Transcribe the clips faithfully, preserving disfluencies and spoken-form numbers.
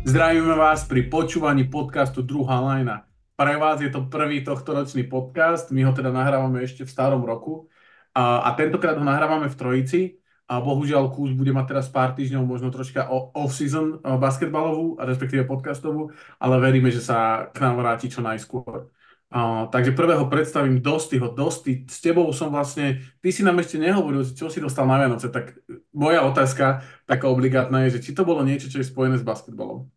Zdravíme vás pri počúvaní podcastu Druhá lajna. Pre vás je to prvý tohtoročný podcast, my ho teda nahrávame ešte v starom roku a, a tentokrát ho nahrávame v Trojici a bohužiaľ Kús bude mať teraz pár týždňov možno troška o- off-season eh, basketbalovú, respektíve podcastovú, ale veríme, že sa k nám vráti čo najskôr. A, takže prvého predstavím Dostyho. Dosty, s tebou som vlastne, ty si nám ešte nehovoril, že čo si dostal na Vianoce, tak moja otázka taká obligátna je, že či to bolo niečo, čo je spojené s basketbalom.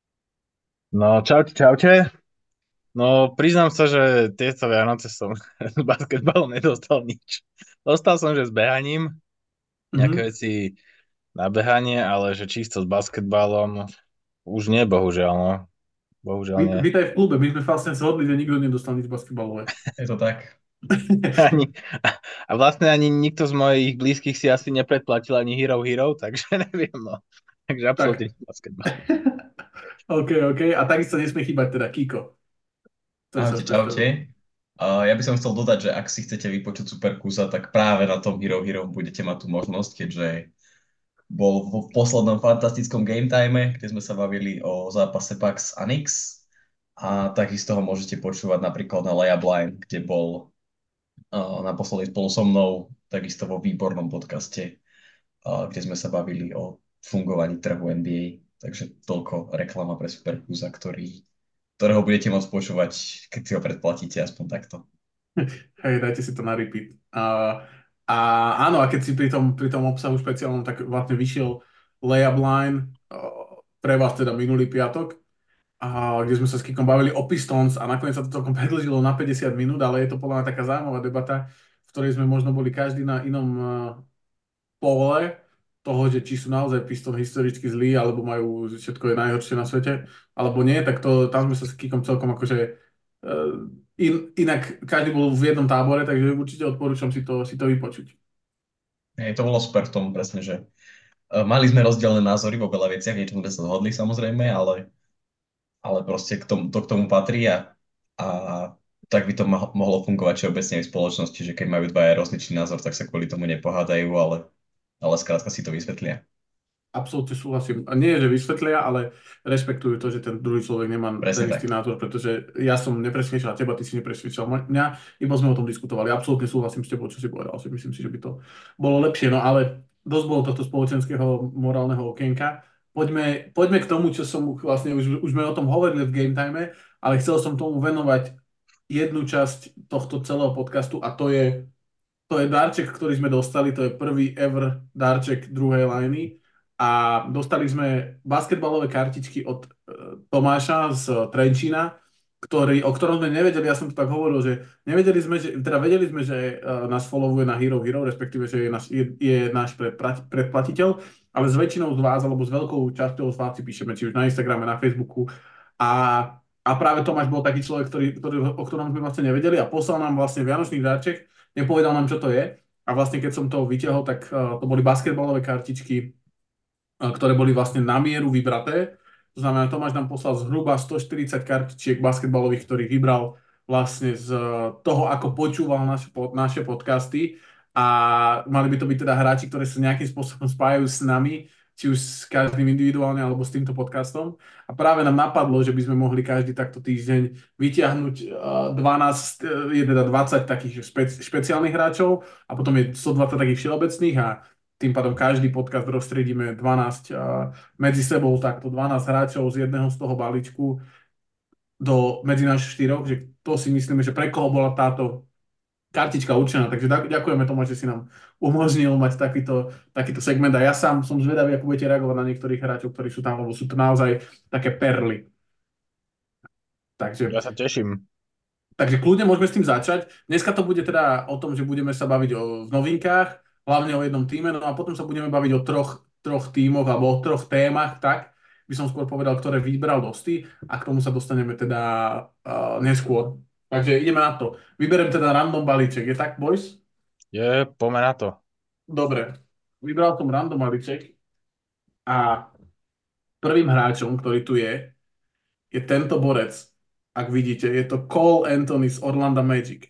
No, čaute, čaute. No, priznám sa, že tieto Vianoce som s basketbalom nedostal nič. Dostal som, že s behaním, nejaké Mhm. veci na behanie, ale že čisto s basketbalom už nie, bohužiaľ, no. Bohužiaľ Vy- nie. Vítaj v klube, my sme vlastne zhodli, že nikto nedostal nič basketbalové. Je to tak. Ani, a vlastne ani nikto z mojich blízkych si asi nepredplatil ani Hero Hero, takže neviem, no. Takže Tak, absolútne basketbal. OK, OK. A takisto nesmie chýbať teda Kiko. To sa Ahojte, predstavil. čaute. Uh, ja by som chcel dodať, že ak si chcete vypočuť Superkusa, tak práve na tom Hero Hero budete mať tú možnosť, keďže bol v poslednom fantastickom game time, kde sme sa bavili o zápase Pax a Nix. A takisto ho môžete počúvať napríklad na Layup Line, kde bol uh, naposledy spolu so mnou, takisto vo výbornom podcaste, uh, kde sme sa bavili o fungovaní trhu N B A. Takže toľko reklama pre Superkusa, ktorý ktorého budete môcť počúvať, keď si ho predplatíte, aspoň takto. Hej, dajte si to na repeat. A, a áno, a keď si pri tom, pri tom obsahu špeciálnom, tak vlastne vyšiel layup line uh, pre vás teda minulý piatok, a kde sme sa s Kikom bavili o Pistons a nakoniec sa to celkom predĺžilo na päťdesiat minút, ale je to podľa mňa taká zaujímavá debata, v ktorej sme možno boli každý na inom uh, pole toho, že či sú naozaj Piston historicky zlí, alebo majú, že všetko je najhoršie na svete, alebo nie, tak to, tam sme sa s Kikom celkom akože uh, in, inak každý bol v jednom tábore, takže určite odporúčam si to, si to vypočuť. Hej, to bolo super v tom presne, že uh, mali sme rozdielne názory vo veľa veciach, niečo sme sa zhodli samozrejme, ale, ale proste k tomu, to k tomu patrí a, a tak by to mo- mohlo fungovať všeobecne aj v spoločnosti, že keď majú dvaja rozličný názor, tak sa kvôli tomu nepohádajú, ale, ale skrátka si to vysvetlia. Absolútne súhlasím. A nie, že vysvetlia, ale rešpektujú to, že ten druhý človek nemá Presne ten istý tak. názor, pretože ja som nepresvedčil teba, ty si nepresvedčil mňa, iba sme o tom diskutovali. Absolútne súhlasím s tebou, čo si povedal. Si myslím si, že by to bolo lepšie. No ale dosť bolo tohto spoločenského morálneho okienka. Poďme, poďme k tomu, čo som vlastne, už, už sme o tom hovorili v Game Time, ale chcel som tomu venovať jednu časť tohto celého podcastu a to je to je darček, ktorý sme dostali, to je prvý ever darček druhej lajny a dostali sme basketbalové kartičky od e, Tomáša z Trenčína, ktorý, o ktorom sme nevedeli, ja som to tak hovoril, že nevedeli sme, že, teda vedeli sme, že e, nás followuje na Hero Hero, respektíve, že je, náš, je, je náš predplat- predplatiteľ, ale s väčšinou z vás, alebo s veľkou časťou z vás si píšeme, či už na Instagrame, na Facebooku a a práve Tomáš bol taký človek, ktorý, ktorý, o ktorom sme vlastne nevedeli a poslal nám vlastne vianočný darček, nepovedal nám, čo to je. A vlastne keď som to vytiahol, tak uh, to boli basketbalové kartičky, uh, ktoré boli vlastne na mieru vybraté. To znamená, Tomáš nám poslal zhruba stoštyridsať kartičiek basketbalových, ktorých vybral vlastne z uh, toho, ako počúval naše, pod, naše podcasty. A mali by to byť teda hráči, ktorí sa nejakým spôsobom spájajú s nami, či už s každým individuálne alebo s týmto podcastom. A práve nám napadlo, že by sme mohli každý takto týždeň vyťahnuť uh, dvanásť, eh, je teda dvadsať takých špec, špeciálnych hráčov a potom je sto dvadsať takých všeobecných a tým pádom každý podcast rozstriedíme dvanásť uh, medzi sebou, takto dvanásť hráčov z jedného z toho balíčku do medzi nás štyroch, že to si myslíme, že pre koho bola táto kartička určená. Takže ďak- ďakujeme Tomáš, že si nám umožnil mať takýto, takýto segment a ja sám som zvedavý, ako budete reagovať na niektorých hráčov, ktorí sú tam, lebo sú to naozaj také perly. Takže Ja sa teším. Takže kľudne môžeme s tým začať. Dneska to bude teda o tom, že budeme sa baviť o v novinkách, hlavne o jednom týme, no a potom sa budeme baviť o troch, troch tímoch alebo o troch témach, tak by som skôr povedal, ktoré vybral Dosti a k tomu sa dostaneme teda uh, neskôr. Takže ideme na to. Vyberiem teda random balíček. Je tak, boys? Je, poďme na to. Dobre. Vybral som random balíček a prvým hráčom, ktorý tu je, je tento borec. Ak vidíte, je to Cole Anthony z Orlando Magic.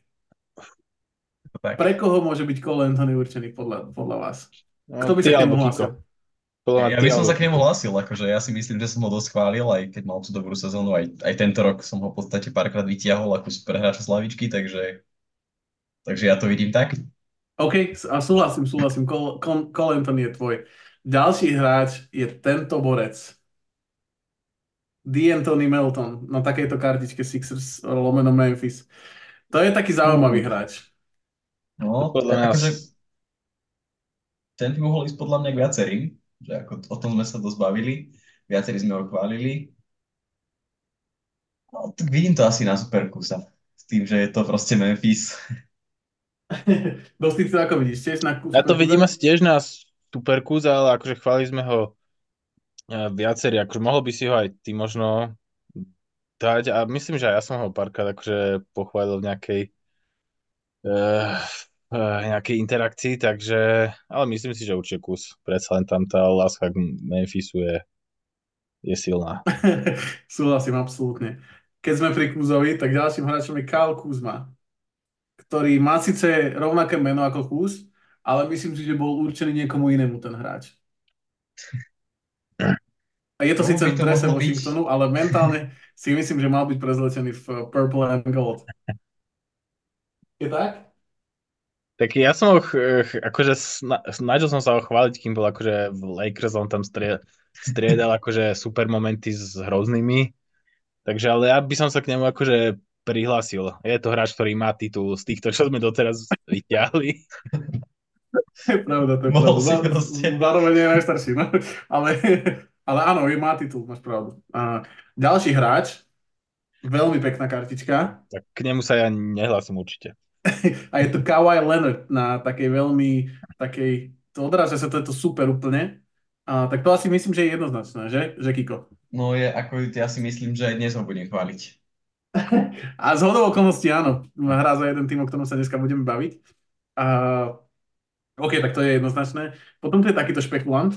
Tak. Pre koho môže byť Cole Anthony určený podľa, podľa vás? No, Kto by ty sa k nemu alebo hlásil? Kiko. Podľa mňa Ja, ja ty by som alebo sa k nemu hlasil, akože ja si myslím, že som ho dosť chválil, aj keď mal tú dobrú sezónu, aj, aj tento rok som ho v podstate párkrát vytiahol ako super hráča z lavičky, takže, takže ja to vidím tak. OK, s- a súhlasím, súhlasím. Cole, Cole Cole Anthony je tvoj. Ďalší hráč je tento borec. D'Anthony Melton na takejto kartičke Sixers lomeno Memphis. To je taký zaujímavý Ú, hráč. no, podľa t- mňa akože s- ten by mohol ísť podľa mňa k viacerým, že ako o tom sme sa dosť bavili, viacerí sme ho chválili. No, tak vidím to asi na Superkusa, s tým, že je to proste Memphis. Dosť ty to ako vidíš, tiež na ja to Super vidím Kuze? asi tiež na Superkus, ale akože chválili sme ho eh, viacerí, akože mohol by si ho aj ty možno dať a myslím, že aj ja som ho párkrát akože pochválil v nejakej eh, eh, nejakej interakcii, takže ale myslím si, že určite kus. Predsa len tam tá láska k Memphisu je, je silná. Súhlasím, absolútne. Keď sme pri Kúzovi, tak ďalším hráčom je Kyle Kuzma, ktorý má síce rovnaké meno ako Kuz, ale myslím si, že bol určený niekomu inému ten hráč. A je to Komu síce by v to drese mohlo byť? Washingtonu, ale mentálne si myslím, že mal byť prezlečený v Purple and Gold. Je tak? Tak ja som ho, ch- ch- akože sna- snažil som sa ho chváliť, kým bol akože v Lakers, on tam strie, striedal akože super momenty s hroznými, takže ale ja by som sa k nemu akože prihlásil. Je to hráč, ktorý má titul z týchto, čo sme doteraz vyťahli. To je pravda, to je Mohol pravda. si Zá- proste. Zároveň je najstarší, no. Ale, ale áno, je, má titul, máš pravdu. A ďalší hráč, veľmi pekná kartička, Tak k nemu sa ja nehlasím určite. a je to Kawhi Leonard na takej veľmi, takej, to odráža sa to, je to super úplne. A, tak to asi myslím, že je jednoznačné, že? Že Kiko. No je, ako ja si myslím, že aj dnes ho budem chváliť. A z hodou okolností áno, hrá za jeden tým, o ktorom sa dneska budeme baviť. A, OK, tak to je jednoznačné. Potom tu je takýto špekulant.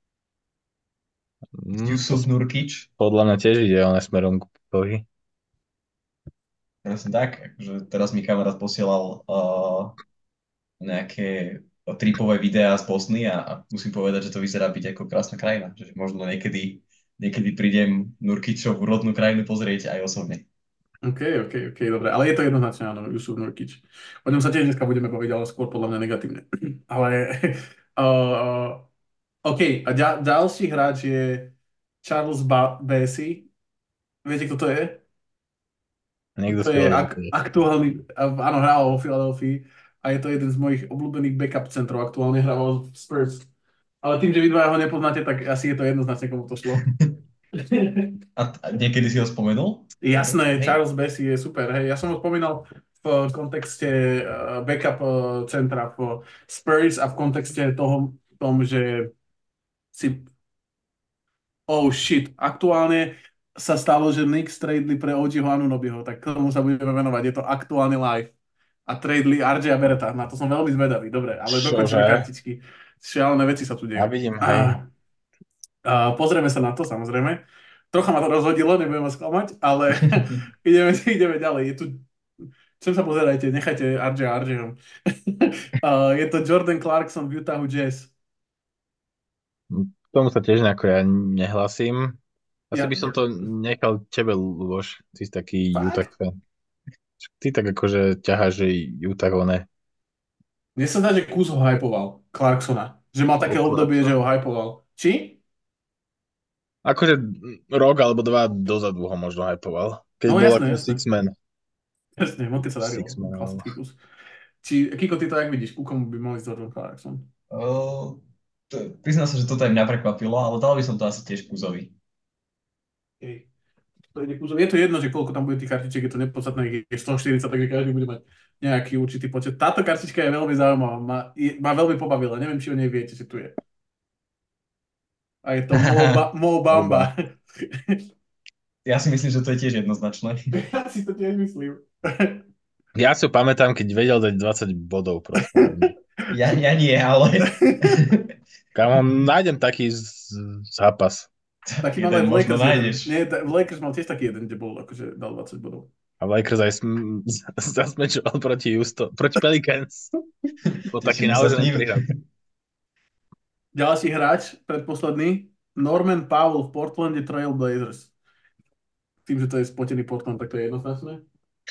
Mm, to Yusuf s- Nurkic, podľa mňa tiež ide on smerom k Kohi. presne tak, akože teraz mi kamarát posielal uh, nejaké tripové videá z Bosny a, a musím povedať, že to vyzerá byť ako krásna krajina. Že možno niekedy, niekedy prídem Nurkičovú rodnú krajinu pozrieť aj osobne. OK, OK, OK, dobre. Ale je to jednoznačné, áno, Jusuf Nurkic. O ňom sa tiež dneska budeme baviť, ale skôr podľa mňa negatívne. Ale uh, OK, a ďa, ďalší hráč je Charles ba- Bassey. Viete, kto to je? Niekto To z je ak- Filadelfie. aktuálny, áno, hrával vo Philadelphii a je to jeden z mojich obľúbených backup centrov. Aktuálne hrával v Spurs. Ale tým, že vy dvaja ho nepoznáte, tak asi je to jednoznačne, komu to šlo. A, a niekedy si ho spomenul? Jasné, Hej. Charles Bassey je super. Hej. Ja som ho spomínal v kontexte eh, backup eh, centra v Spurs a v kontexte toho, tom, že si oh shit, aktuálne sa stalo, že Knicks tradeli pre ó gého Anunobyho, tak tomu sa budeme venovať. Je to aktuálne live. A tradeli er džej a Bereta. Na to som veľmi zvedavý. Dobre, ale dokončíme Čože? kartičky. Šialené veci sa tu Ja dejú. vidím, hej. A, a pozrieme sa na to, samozrejme. Trocha ma to rozhodilo, nebudem vás klamať, ale ideme, ideme ďalej. Je tu, sem sa pozerajte, nechajte er džej a er džejom. A je to Jordan Clarkson v Utahu Jazz. K tomu sa tiež nejako ja nehlasím. Asi Ja, by som to nechal tebe, Luboš. Ty si taký Utah fakt? fan. Ty tak akože ťaháš, že Utah one. Mne sa zdá, že Kuz ho hypoval, Clarksona. Že mal také obdobie, že ho hypoval. Či? Akože rok alebo dva dozadu ho možno hypoval. Keď No bol jasné, ako jasné. six-man. Jasne, mu keď sa darilo. Six-man. Klasický Kuz. Či, Kiko, ty to jak vidíš? Ku komu by mohli ísť Jordan Clarkson? Uh, to, priznám sa, že toto aj mňa prekvapilo, ale dal by som to asi tiež Kuzovi. Hej. To ide Kuzovi. Je to jedno, že koľko tam bude tých kartičiek, je to nepodstatné, ich je stoštyridsať, takže každý bude mať nejaký určitý počet. Táto kartička je veľmi zaujímavá. Ma, je, ma veľmi pobavila. Neviem, či o nej viete, že tu je. A je to Mo, ba, Mo Oba. Bamba. Ja si myslím, že to je tiež jednoznačné. Ja si to tiež myslím. Ja si ho pamätám, keď vedel dať dvadsať bodov proste. Ja, ja nie, ale Kam nájdem taký z- zápas. Taký mal aj jeden v možno Lakers jeden. nájdeš. Nie, ta- v Lakers mal tiež taký jeden, kde bol akože dal dvadsať bodov. A Lakers aj sm- zasmečoval proti Houston, proti Pelicans. Bol taký Teším sa s naložený ním. prihľad. Ďalší hráč, predposledný, Norman Powell v Portlande Trail Blazers. Tým, že to je spotený Portland, tak to je jednoznačné.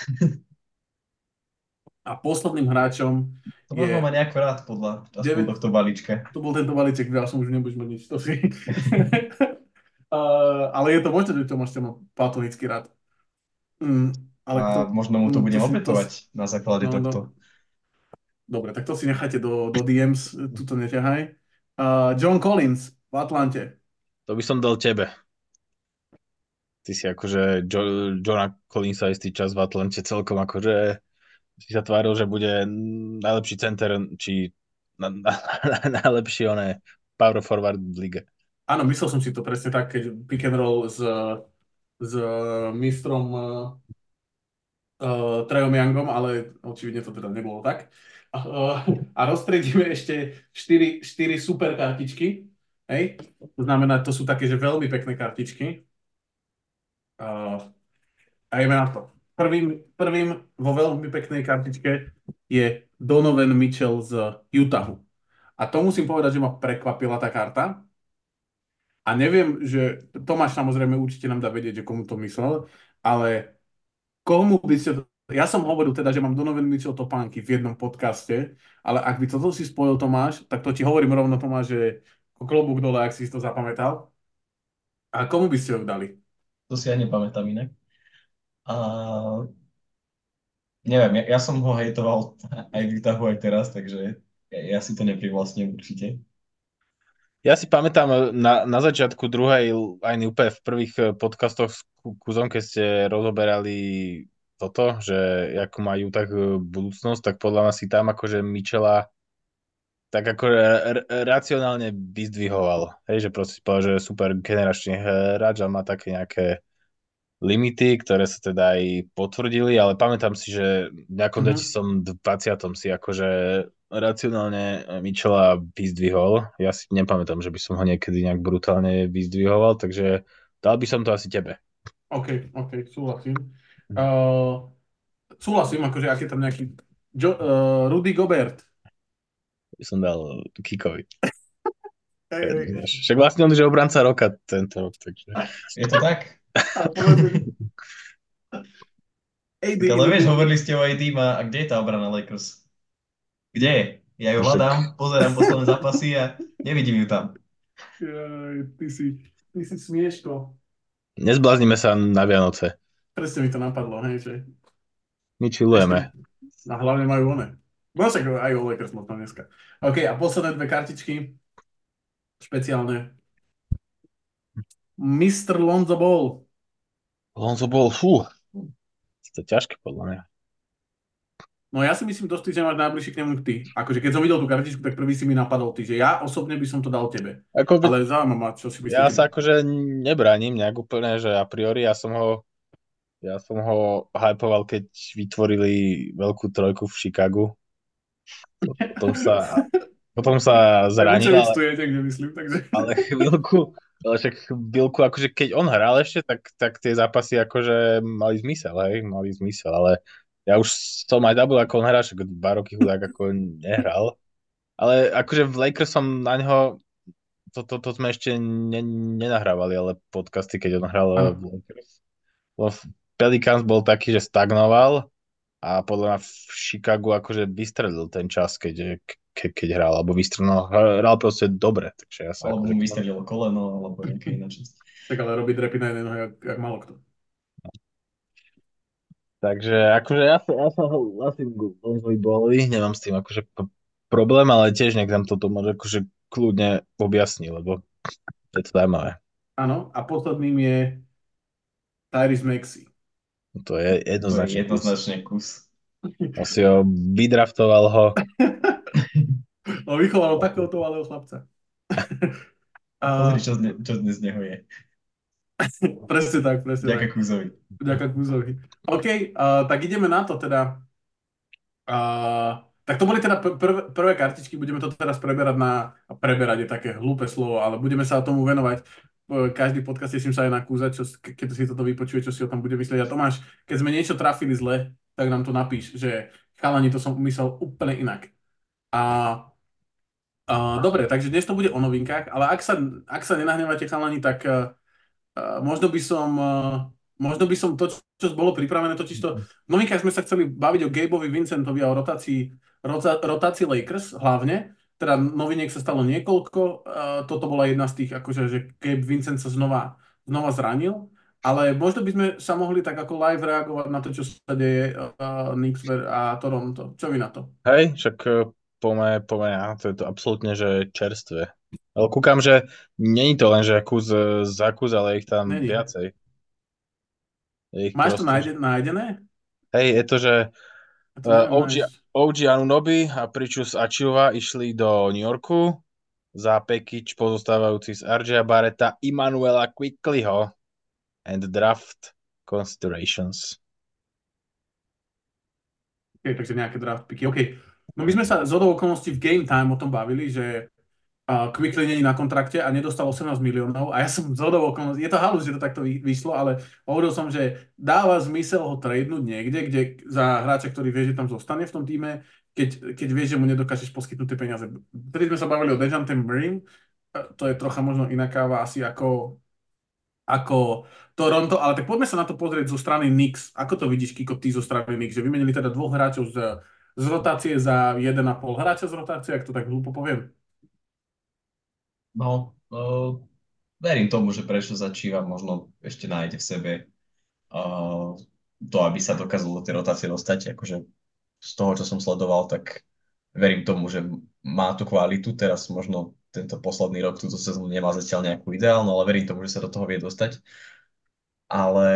A posledným hráčom To možno je... ma nejako rád podľa aspoň deväť tohto balíčka. To bol tento balíček, ja som už nebudeš mať nič. To si... Uh, ale je to možné, že Tomáš ťa má platonický rád. Mm, ale A to, možno mu to mm, to budem si, to, obetovať na základe no, no, tohto. dobre, tak to si nechajte do, do dé ems, tuto neťahaj. Uh, John Collins v Atlante. To by som dal tebe. Ty si akože jo, Johna Collinsa istý čas v Atlante celkom akože si sa tváril, že bude najlepší center, či na, na, na, najlepší oné power forward v lige. Áno, myslel som si to presne tak, keď pick and roll s, s mistrom uh, uh, Trejom Youngom, ale očividne to teda nebolo tak. Uh, a roztriedíme ešte štyri štyri super kartičky. Hej? To znamená, to sú také, že veľmi pekné kartičky. Uh, a ideme na to. Prvým, prvým vo veľmi peknej kartičke je Donovan Mitchell z Utahu. A to musím povedať, že ma prekvapila tá karta. A neviem, že Tomáš samozrejme určite nám dá vedieť, že komu to myslel, ale komu by ste... Ja som hovoril teda, že mám Donovan Mitchell topánky v jednom podcaste, ale ak by toto si spojil Tomáš, tak to ti hovorím rovno Tomáš, že klobúk dole, ak si to zapamätal. A komu by ste ho dali? To si ja nepamätám inak. A neviem, ja, ja som ho hejtoval aj v Utahu, aj teraz, takže ja, ja si to neprivlastním určite. Ja si pamätám na, na začiatku druhej, aj úplne v prvých eh, podcastoch s Ku- Kuzom, keď ste rozoberali toto, že ako majú tak eh, budúcnosť, tak podľa mňa si tam akože Michela tak ako r- r- racionálne vyzdvihoval. Hej, že proste si povedal, že je super generačný hráč a má také nejaké limity, ktoré sa teda aj potvrdili, ale pamätám si, že v nejakom Mhm. dvetisícdvadsiatom si akože racionálne Michela vyzdvihol. Ja si nepamätám, že by som ho niekedy nejak brutálne vyzdvihoval, takže dal by som to asi tebe. OK, OK, súhlasím. Uh, súhlasím, akože ak je tam nejaký... Jo, uh, Rudy Gobert. By som dal Kikovi. Hej, hej. Však vlastne on je obranca roka tento rok, takže... Je to tak? A povedzme, á dé Tak ale ide vieš, do... hovorili ste o á dé a, a kde je tá obrana Lakers? Kde je? Ja ju Však hľadám, pozerám posledné zápasy a nevidím ju tam. Jaj, ty si, ty si smieško. nezbláznime sa na Vianoce. Presne mi to napadlo, hej, že My ešte, chillujeme. a hlavne majú one. No však aj o Lakers možno dneska. OK, a posledné dve kartičky, špeciálne. mister Lonzo Ball. Lonzo bol, fú, to je ťažké podľa mňa. No ja si myslím dosť, že máš najbližšie k nemu ty. Akože keď som videl tú kartičku, tak prvý si mi napadol ty, že ja osobne by som to dal tebe. Ako by, Ale zaujímavé ma, čo si ja myslíte vy. sa akože nebránim nejak úplne, že a priori ja som ho ja som ho hypoval, keď vytvorili veľkú trojku v Chicagu. Potom sa, potom sa Tak zranil, Vučovič ale, tu je niekde, myslím, takže... ale chvíľku, ale však chvíľku, akože keď on hral ešte, tak, tak tie zápasy akože mali zmysel, hej, mali zmysel, ale ja už som aj zabudol, ako on hrá, však dva roky chudák ako nehral. Ale akože v Lakers som na ňo, to, to, to sme ešte ne, nenahrávali, ale podcasty, keď on hral v Áno. Lakers. Lebo v Pelicans bol taký, že stagnoval a podľa mňa v Chicagu akože vystrelil ten čas, keď, ke, keď hral, alebo vystrelil, hral proste dobre, takže ja sa Alebo akože... mu vystrelilo koleno, alebo nejaká iná časť. Tak ale robí drepy na jednej nohe, jak, jak malo kto. Takže akože ja sa, ja sa ho asi Lonzovi Ballovi, nemám s tým akože p- problém, ale tiež nech nám toto môže akože kľudne objasniť, lebo je to zaujímavé. Áno, a posledným je Tyrese Maxey. To je To je jednoznačný kus. jednoznačne kus. On si ho vydraftoval ho. No vychoval takéhoto malého chlapca. A pozri, A, čo, z ne, čo dnes z neho je. presne tak, presne tak. Ďakujem Kúzovi. Ďakujem Kúzovi. OK, uh, tak ideme na to teda. Uh, tak to boli teda pr- prv, prvé kartičky, budeme to teraz preberať na... Preberať je také hlúpe slovo, ale budeme sa o tomu venovať. Uh, Každý podcast teším sa aj na Kúza, čo, s- keď si toto vypočuje, čo si o tom bude myslieť. A Tomáš, keď sme niečo trafili zle, tak nám to napíš, že chalani, to som myslel úplne inak. A Uh, dobre, takže dnes to bude o novinkách, ale ak sa, ak sa nenahnevate chalani, tak uh, uh, možno by som, uh, možno by som to, čo bolo pripravené, totiž to, v novinkách sme sa chceli baviť o Gabeovi Vincentovi a o rotácii, rota, rotácii Lakers hlavne, teda noviniek sa stalo niekoľko, uh, toto bola jedna z tých, akože, že Gabe Vincent sa znova, znova zranil, ale možno by sme sa mohli tak ako live reagovať na to, čo sa deje uh, Knicks a Toronto. Čo vy na to? Hej, však eh, poďme, poďme, á, to je to absolútne, že čerstvé. Ale kúkam, že není to len, že kus za kus, ale ich tam Není. viacej. Je ich Máš to proste, že... nájde, nájdené? Hej, je to, že Ja to eh, neviem ó gé, nájsť. ó gé Anunoby a Pričus Achiuwa išli do New Yorku za package pozostávajúci z er džeja Barretta, Immanuela Quickleyho and draft considerations. Okay, takže nejaké draft picky. OK. No my sme sa z hodou okolností v Game Time o tom bavili, že uh, Quickly není na kontrakte a nedostal osemnásť miliónov a ja som z hodou okolností, je to halus, že to takto vy, vyšlo, ale hovoril som, že dáva zmysel ho tradenúť niekde, kde za hráča, ktorý vie, že tam zostane v tom týme, keď, keď vieš, že mu nedokážeš poskytnúť tie peniaze. Vtedy sme sa bavili o Dejante Murray, to je trocha možno iná káva asi ako ako Toronto, ale tak poďme sa na to pozrieť zo strany Knicks. Ako to vidíš, Kiko, ty zo strany Knicks? Že vymenili teda dvoch hráčov z, z rotácie za jeden a pol hráča z rotácie, ak to tak hlúpo poviem. No, uh, verím tomu, že prečo začíva, možno ešte nájde v sebe uh, to, aby sa dokázal do tej rotácie dostať. Akože z toho, čo som sledoval, tak verím tomu, že má tú kvalitu. Teraz možno tento posledný rok, túto sezónu nemá zatiaľ nejakú ideálnu, ale verím tomu, že sa do toho vie dostať. Ale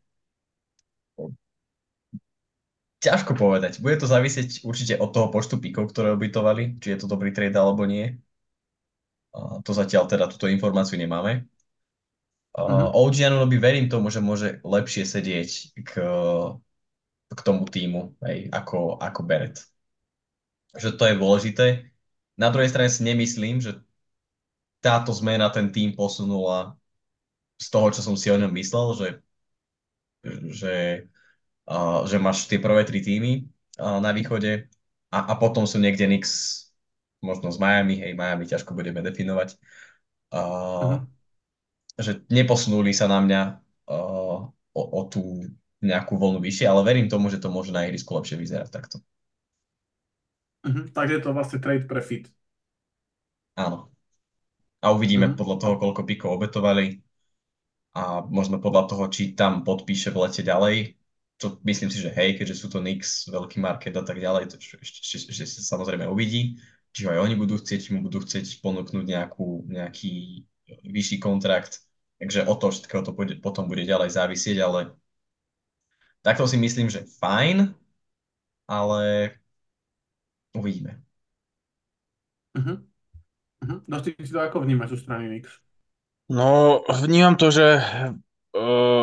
ťažko povedať. Bude to závisieť určite od toho počtu pikov, ktoré obytovali, či je to dobrý trade alebo nie. Uh, to zatiaľ teda túto informáciu nemáme. Uh, Mhm, ó gé Anunoby verím tomu, že môže lepšie sedieť k, k tomu týmu, hej, ako, ako Barrett. Že to je dôležité. Na druhej strane si nemyslím, že táto zmena ten tým posunula z toho, čo som si o ňom myslel, že, že, uh, že máš tie prvé tri týmy uh, na východe a, a potom sú niekde Knicks, možno z Miami, hej, Miami ťažko budeme definovať, uh, mhm, že neposunuli sa na mňa uh, o, o tú nejakú voľnu vyššie, ale verím tomu, že to môže na ihrisku lepšie vyzerať takto. mhm. Takže je to vlastne trade pre fit. Áno. A uvidíme Mhm. podľa toho, koľko pikov obetovali a možno podľa toho, či tam podpíše v lete ďalej. Čo myslím si, že hej, keďže sú to Knicks, veľký market a tak ďalej, to ešte, ešte, ešte sa samozrejme uvidí. Či ho aj oni budú chcieť, či mu budú chcieť ponúknuť nejakú, nejaký vyšší kontrakt. Takže o to všetkého to bude, potom bude ďalej závisieť, ale takto si myslím, že fajn, ale uvidíme. Mhm, mhm. No ty si to ako vnímaš zo strany Knicks? No, vnímam to, že uh,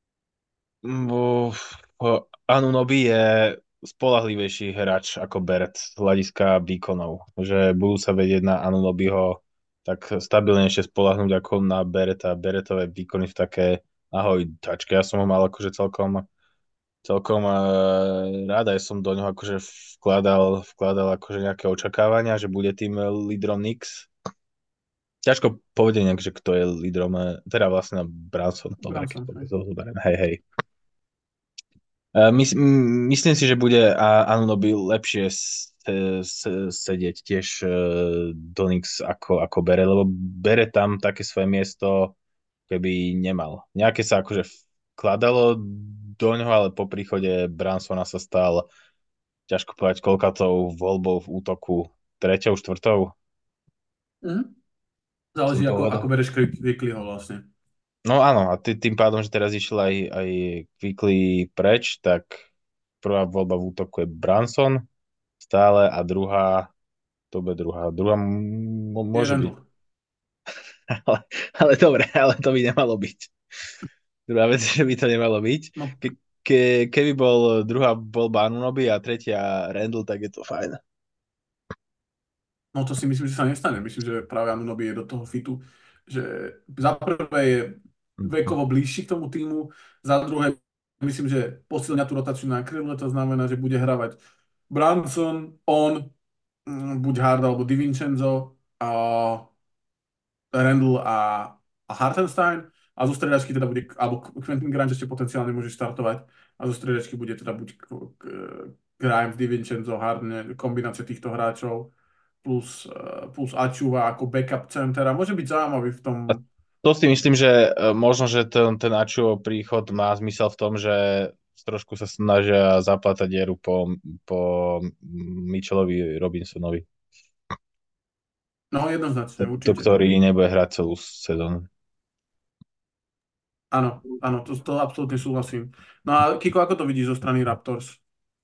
uh, Anunoby je spolahlivejší hráč ako Barrett z hľadiska výkonov. Že budú sa vedieť na Anunobyho tak stabilnejšie spolahnúť ako na Barretta. Barrettové výkony sú také ahoj, tačke. Ja som ho mal akože celkom celkom uh, rád, aj som do ňoho akože vkladal, vkladal akože nejaké očakávania, že bude tým lídrom Knicks. Ťažko povedať nejak, že kto je lídrom, eh, teda vlastne Branson, dobre, keď Branson, to hej. zoberiem, hej, hej. Uh, mys- m- myslím si, že bude a- Anunoby lepšie s- s- sedieť tiež uh, do Knicks ako, ako Bere, lebo Bere tam také svoje miesto keby nemal. Nejaké sa akože vkladalo do ňoho, ale po príchode Bransona sa stal, ťažko povedať, koľkatou voľbou v útoku, treťou, štvrtou, Mhm. z toho Záleží, ako, pohľadu. ako bereš Quicklyho vlastne. No áno, a tý, tým pádom, že teraz išiel aj, aj Quickly preč, tak prvá voľba v útoku je Branson stále a druhá, to bude druhá, druhá m- m- Je môže byť, Randall. ale, ale dobre, ale to by nemalo byť. Druhá vec, že by to nemalo byť. No, Ke, ke, keby bol druhá voľba Anunoby a tretia Randall, tak je to fajn. no to si myslím, že sa nestane. Myslím, že práve Anunoby je do toho fitu, že za prvé je vekovo bližší k tomu týmu, za druhé myslím, že posilňa tú rotáciu na krydle, to znamená, že bude hravať Branson, on mm, buď Hard alebo DiVincenzo, a Randall a, a Hartenstein. A zo striedačky teda bude, alebo Quentin Grimes ešte potenciálne môže štartovať. A zo striedačky bude teda buď k- k- Grimes, DiVincenzo, Harden, kombinácia týchto hráčov plus, eh, plus Ačuva ako backup center. A môže byť zaujímavý v tom. A to si myslím, že e, možno, že ten, ten Ačuho príchod má zmysel v tom, že trošku sa snažia zaplatať dieru po, po Mitchellovi Robinsonovi, No jednoznačne, to, určite. ktorý nebude hrať celú sezónu. Áno, áno, to, to absolútne súhlasím. No a Kiko, ako to vidíš zo strany Raptors?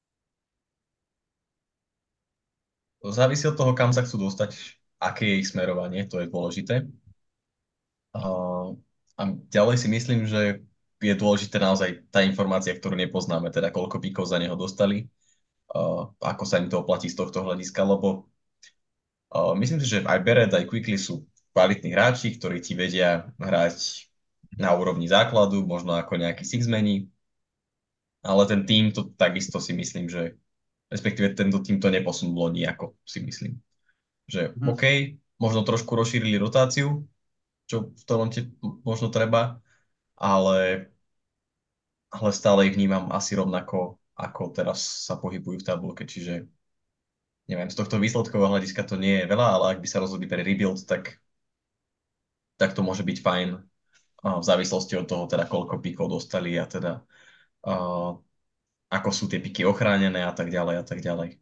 Závisí od toho, kam sa chcú dostať, aké je ich smerovanie, to je dôležité. A, a ďalej si myslím, že je dôležité naozaj tá informácia, ktorú nepoznáme, teda koľko píkov za neho dostali, a ako sa im to oplatí z tohto hľadiska, lebo a myslím si, že aj Beret, aj Quickly sú kvalitní hráči, ktorí ti vedia hrať na úrovni základu, možno ako nejaký sixmeni, ale ten tým to takisto si myslím, že respektíve tento tým to neposunulo nejako, si myslím. Že Mhm. OK, možno trošku rozšírili rotáciu, čo v Toronte možno treba, ale, ale stále ich vnímam asi rovnako, ako teraz sa pohybujú v tabulke, čiže neviem, z tohto výsledkového hľadiska to nie je veľa, ale ak by sa rozhodli pre rebuild, tak, tak to môže byť fajn a v závislosti od toho, teda koľko píkov dostali a teda uh, ako sú tie piky ochránené a tak ďalej a tak ďalej.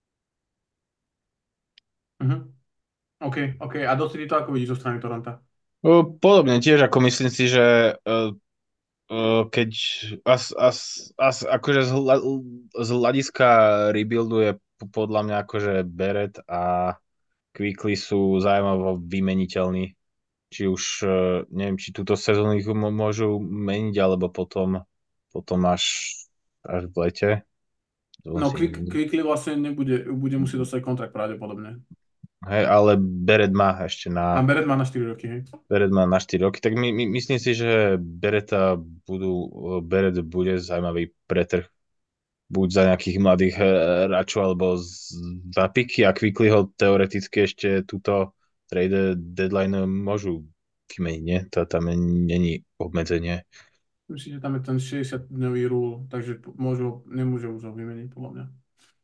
Mhm. OK, OK. A dosť ty to ako vidíš zo strany Toronta? O, Podobne tiež, ako myslím si, že e, e, keď as, as, as, akože z, hla- z hľadiska rebuildu je po- podľa mňa akože Beret a Quickly sú zaujímavo vymeniteľní. Či už, e, neviem, či túto sezónu ich mo- môžu meniť, alebo potom, potom až, až v lete. To No, si Quick, neviem. Quickly vlastne nebude, bude musieť dostať kontrakt pravdepodobne. Hej, ale Beret má ešte A na Beret má na štyri roky, hej. Beret má na štyri roky, tak my, my, myslím si, že Bereta budú, Beret bude zaujímavý pretrh buď za nejakých mladých eh, hráčov alebo z- za piky a Quickly ho teoreticky ešte túto trade deadline môžu vymeniť, nie? To tam není obmedzenie. Myslím, že tam je ten šesťdesiatdňový rule, takže môžu, nemôže už ho vymeniť, podľa mňa.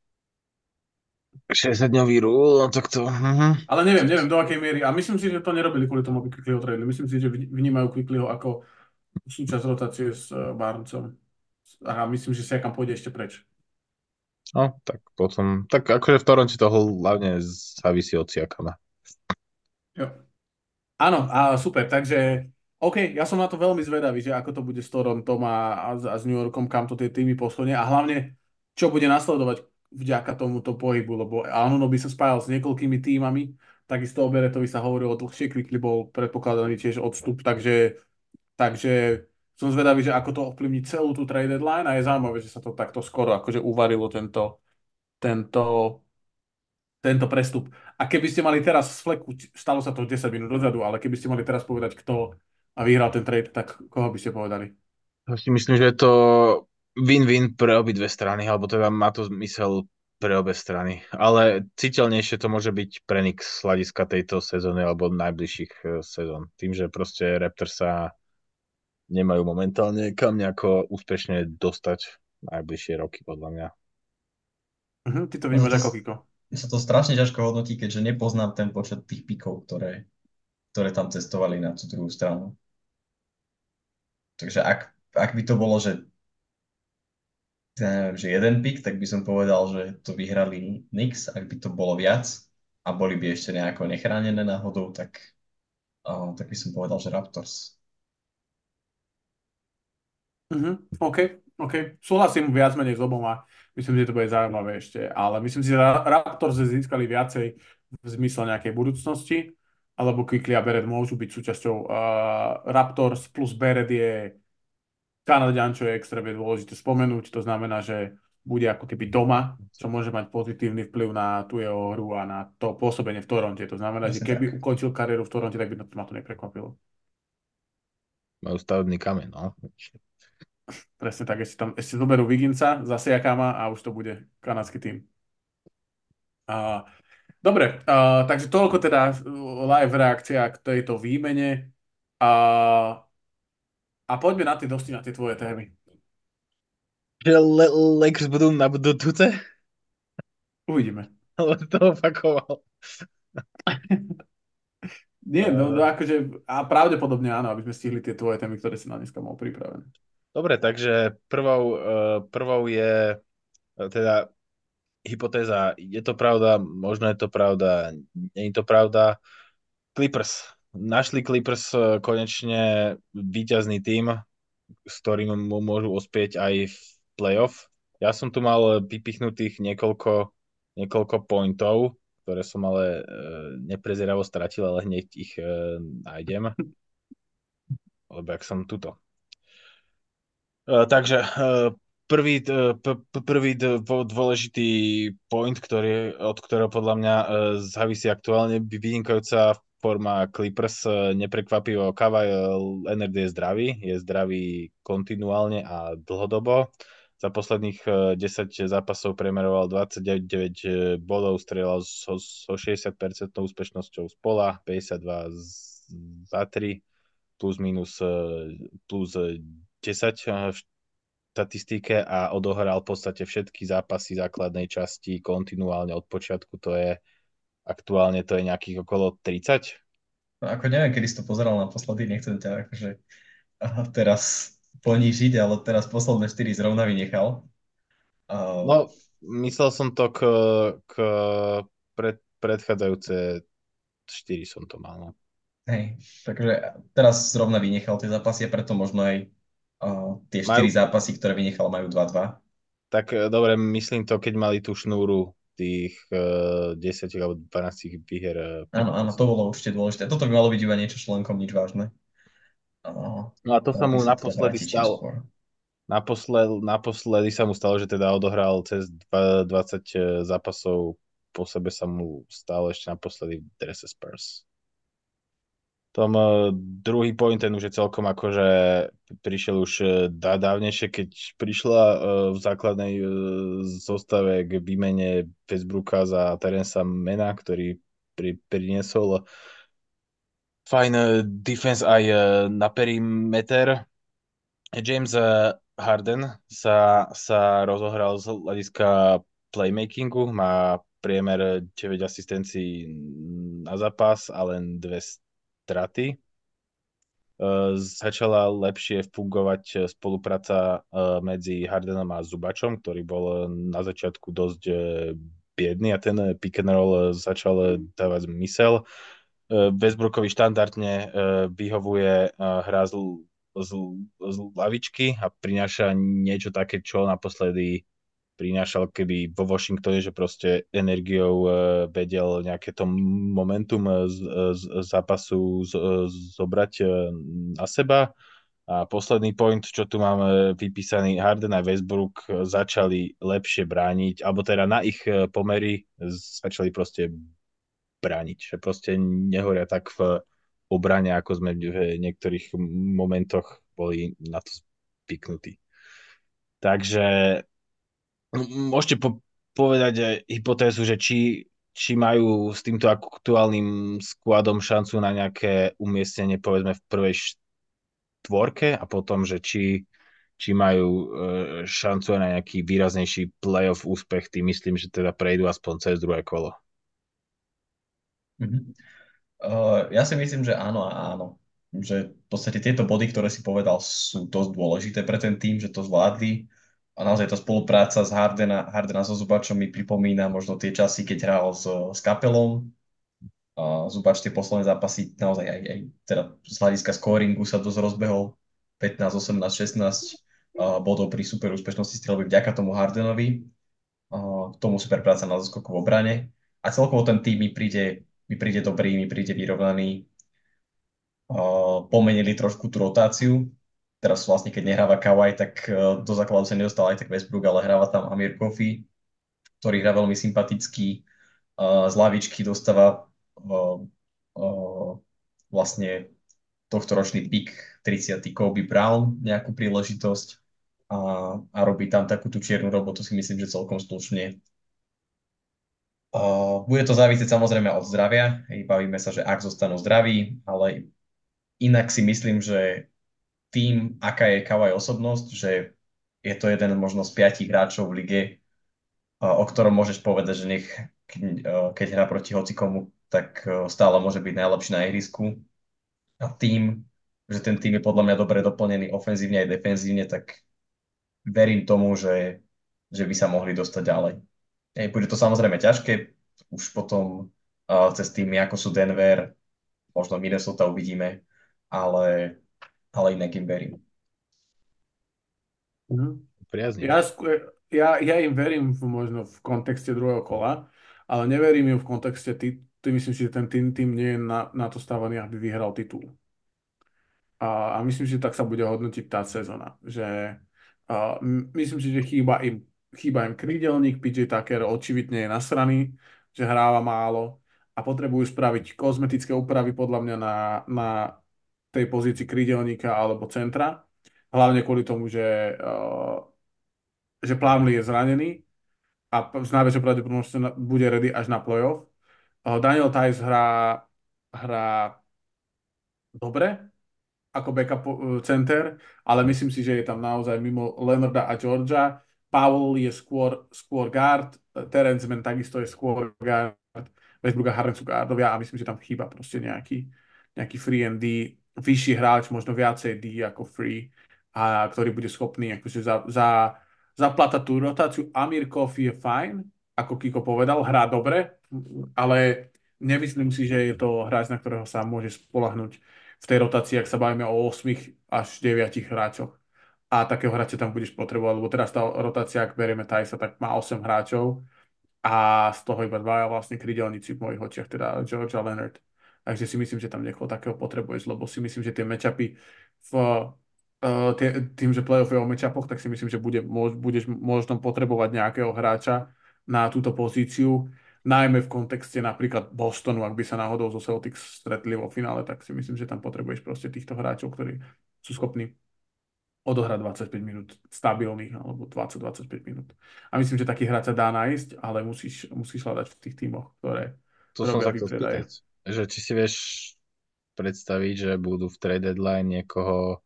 šesťdesiatdňový rule, no tak to... mhm. Ale neviem, neviem do akej miery. A myslím si, že to nerobili kvôli tomu, aby Quicklyho tradeli. Myslím si, že vni- vnímajú Quicklyho ako súčasť rotácie s uh, Barnesom. A myslím, že Siakam pôjde ešte preč. No, tak potom... Tak akože v Toronte to hlavne závisí od Siakama. Jo. Áno, a super, takže OK, ja som na to veľmi zvedavý, že ako to bude s Torontom a, a, s- a s New Yorkom, kam to tie týmy posunie a hlavne, čo bude nasledovať vďaka tomuto pohybu, lebo Anunoby sa spájal s niekoľkými týmami, takisto o Beretovi sa hovorilo dlhšie, Quickly bol predpokladaný tiež odstup, takže, takže som zvedavý, že ako to ovplyvní celú tú trade deadline a je zaujímavé, že sa to takto skoro akože uvarilo tento, tento tento prestup. A keby ste mali teraz z fleku, stalo sa to desať minút dozadu, ale keby ste mali teraz povedať, kto vyhral ten trade, tak koho by ste povedali? Ja si myslím, že je to win-win pre obidve strany, alebo teda má to zmysel pre obe strany. Ale citeľnejšie to môže byť pre Knicks z hľadiska tejto sezóny alebo najbližších eh, sezón. Tým, že proste Raptors sa nemajú momentálne kam nejako úspešne dostať najbližšie roky, podľa mňa. Uh-huh, ty to Mne sa vnímaš to, ako Kiko. mne sa to strašne ťažko hodnotí, keďže nepoznám ten počet tých pikov, ktoré, ktoré tam cestovali na tú druhú stranu. Takže ak, ak by to bolo, že, ja neviem, že jeden pik, tak by som povedal, že to vyhrali Knicks. Ak by to bolo viac a boli by ešte nejako nechránené náhodou, tak, uh, tak by som povedal, že Raptors. Uh-huh, OK, OK. Súhlasím viac menej s oboma. Myslím, že to bude zaujímavé ešte, ale myslím si, že Ra- Raptors získali viacej v zmysle nejakej budúcnosti, alebo Quickly a Beret môžu byť súčasťou uh, Raptors plus Beret je Kanadian, čo je extrémne dôležité spomenúť, to znamená, že bude ako keby doma, čo môže mať pozitívny vplyv na tú jeho hru a na to pôsobenie v Toronte. To znamená, že Presne tak. keby ukončil kariéru v Toronte, tak by ma to neprekvapilo. Majú stavebný kameň, no. Presne tak, ešte tam ešte zoberú Viginca za Siakama a už to bude kanadský tým. A Dobre, uh, takže toľko teda uh, live reakcia k tejto výmene. Uh, a poďme na tie dosti na tie tvoje témy. Že Le- Lakers budú na budúce? Uvidíme. Ale to opakoval. Nie, no, no Uh, akože, a pravdepodobne áno, aby sme stihli tie tvoje témy, ktoré si na dneska mal pripravené. Dobre, takže prvou, uh, prvou je uh, teda hypotéza, je to pravda, možno je to pravda, nie je to pravda. Clippers. Našli Clippers uh, konečne víťazný tím, s ktorým mu môžu ospieť aj v playoff. Ja som tu mal vypichnutých niekoľko, niekoľko pointov, ktoré som ale uh, neprezieravo stratil, ale hneď ich uh, nájdem, lebo ak som tuto. Uh, takže uh, prvý, uh, p- p- prvý dô- dôležitý point, ktorý, od ktorého podľa mňa uh, závisí aktuálne vynikajúca forma Clippers, uh, neprekvapivo Kawhi Leonard je zdravý, je zdravý kontinuálne a dlhodobo. Za posledných uh, desať zápasov premeroval dvadsaťdeväť bodov, strieľal so, so šesťdesiat percent úspešnosťou z pola, päťdesiatdva z, za tri, plus minus uh, plus desať v štatistike a odohral v podstate všetky zápasy základnej časti kontinuálne od počiatku. To je aktuálne to je nejakých okolo tridsať. No, ako neviem, kedy si to pozeral naposledy, nechcem ťa akože aha, teraz ponížiť, ale teraz posledné štyri zrovna vynechal. Uh, No, myslel som to k, k pred, predchádzajúce štyri som to mal. No. hej, takže teraz zrovna vynechal tie zápasy a preto možno aj uh, tie štyri Majú, zápasy, ktoré vynechal, majú dva dva. tak e, dobre, myslím to, keď mali tú šnúru tých uh, desať alebo dvanásť výher uh, Áno, áno, to predošlých. bolo určite dôležité. Toto by malo byť iba niečo členkom, nič vážne. Uh, No a to sa Mal by mu sa teda naposledy vrátiť čím stalo. skôr. Naposled, naposledy sa mu stalo, že teda odohral cez dva- dvadsať zápasov po sebe sa mu stalo ešte naposledy v drese Spurs. Tom uh, druhý point, ten už je celkom akože prišiel už uh, dá, dávnejšie, keď prišla uh, v základnej uh, zostave k výmene Westbrooka za Terensa Mena, ktorý pri, priniesol fajn uh, defense aj uh, na perimeter. James eh, Harden sa, sa rozohral z hľadiska playmakingu, má priemer deväť asistencií na zápas a len dve straty. Eh, Začala lepšie fungovať eh, spolupráca eh, medzi Hardenom a Zubačom, ktorý bol eh, na začiatku dosť eh, biedný a ten pick and roll eh, začal eh, dávať zmysel. Eh, Westbrookovi štandardne eh, vyhovuje eh, hra z, z, z lavičky a prináša niečo také, čo naposledy prinášal keby vo Washingtone, že proste energiou e, vedel nejaké to momentum z, z, z zápasu z, z, zobrať e, na seba. A posledný point, čo tu máme vypísaný, Harden a Westbrook začali lepšie brániť, alebo teda na ich e, pomery začali proste brániť, že proste nehoria tak v obrane, ako sme v niektorých momentoch boli na to zvyknutí. Takže môžete po- povedať aj hypotézu, že či, či majú s týmto aktuálnym skladom šancu na nejaké umiestnenie, povedzme, v prvej štvorke a potom, že či, či majú e, šancu aj na nejaký výraznejší playoff úspech. Tým myslím, že teda prejdú aspoň cez druhé kolo. Mhm. Uh, ja si myslím, že áno a áno. Že v podstate tieto body, ktoré si povedal, sú dosť dôležité pre ten tým, že to zvládli. A naozaj tá spolupráca s Hardena, Hardena so Zubačom mi pripomína možno tie časy, keď hral s, s Kapelom. A Zubač tie posledné zápasy naozaj aj, aj teda z hľadiska scoringu sa dosť rozbehol. pätnásť, osemnásť, šestnásť uh, bodov pri super úspešnosti strelby vďaka tomu Hardenovi. Uh, k tomu super práca na zaskoku v obrane. A celkovo ten tým mi príde, mi príde dobrý, mi príde vyrovnaný. Uh, pomenili trošku tú rotáciu. Teraz vlastne, keď nehráva Kawhi, tak uh, do základu sa nedostal aj tak Westbrook, ale hráva tam Amir Kofi, ktorý hrá veľmi sympatický. Uh, z lavičky dostáva uh, uh, vlastne tohto ročný pik tridsiaty Kobe Brown nejakú príležitosť a, a robí tam takú tú čiernu robotu, si myslím, že celkom slušne. Uh, bude to závisieť samozrejme od zdravia. Hej, bavíme sa, že ak zostanú zdraví, ale inak si myslím, že tým, aká je Kawhi osobnosť, že je to jeden možno z piatich hráčov v lige, uh, o ktorom môžeš povedať, že nech, keď, uh, keď hrá proti hocikomu, tak uh, stále môže byť najlepší na ihrisku. A tým, že ten tým je podľa mňa dobre doplnený ofenzívne aj defenzívne, tak verím tomu, že, že by sa mohli dostať ďalej. Hej, bude to samozrejme ťažké, už potom uh, cez týmy ako sú Denver, možno Minnesota uvidíme, ale, ale inak im verím. Mhm. Priaznivo. Ja, skôr- ja, ja im verím v, možno v kontexte druhého kola, ale neverím im v kontexte, ty, ty myslím si, že ten tým, tým nie je na, na to stávaný, aby vyhral titul. A, a myslím si, že tak sa bude hodnotiť tá sezóna. Že, a, m- myslím si, že chýba im, chýba im krídelník, pé jé Tucker očividne je nasraný, že hráva málo a potrebujú spraviť kozmetické úpravy podľa mňa na, na tej pozícii krídelníka alebo centra. Hlavne kvôli tomu, že, a, že Plumlee je zranený a p- s najväčšou pravdepodobnosťou na- bude ready až na playoff. A Daniel Tice hrá, hrá dobre, ako backup uh, center, ale myslím si, že je tam naozaj mimo Leonarda a Georgia. Powell je skôr, skôr guard, Terence Mann takisto je skôr guard, Westbrook a Harden sú guardovia a myslím, že tam chýba proste nejaký, nejaký free and D, vyšší hráč, možno viacej D ako free, a ktorý bude schopný akože za, za, zaplatať tú rotáciu. Amir Kofi je fajn, ako Kiko povedal, hrá dobre, ale nemyslím si, že je to hráč, na ktorého sa môže spolahnuť v tej rotácii, ak sa bavíme o osem až deväť hráčoch. A takého hráča tam budeš potrebovať, lebo teraz tá rotácia, ak berieme Tajsa, tak má osem hráčov a z toho iba dvaja vlastne krydelníci v mojich očiach, teda George a Leonard. Takže si myslím, že tam niekoho takého potrebuješ, lebo si myslím, že tie matchupy v uh, tie, tým, že playoff je o matchupoch, tak si myslím, že bude, môž, budeš možno potrebovať nejakého hráča na túto pozíciu, najmä v kontexte napríklad Bostonu, ak by sa náhodou zo Celtics stretli vo finále, tak si myslím, že tam potrebuješ proste týchto hráčov, ktorí sú schopní odohrať dvadsaťpäť minút stabilných alebo dvadsať dvadsaťpäť minút. A myslím, že taký hráč sa dá nájsť, ale musíš, musíš hľadať v tých tímoch, ktoré To som robia sa chcel spýtať, výpredaje. že či si vieš predstaviť, že budú v trade deadline niekoho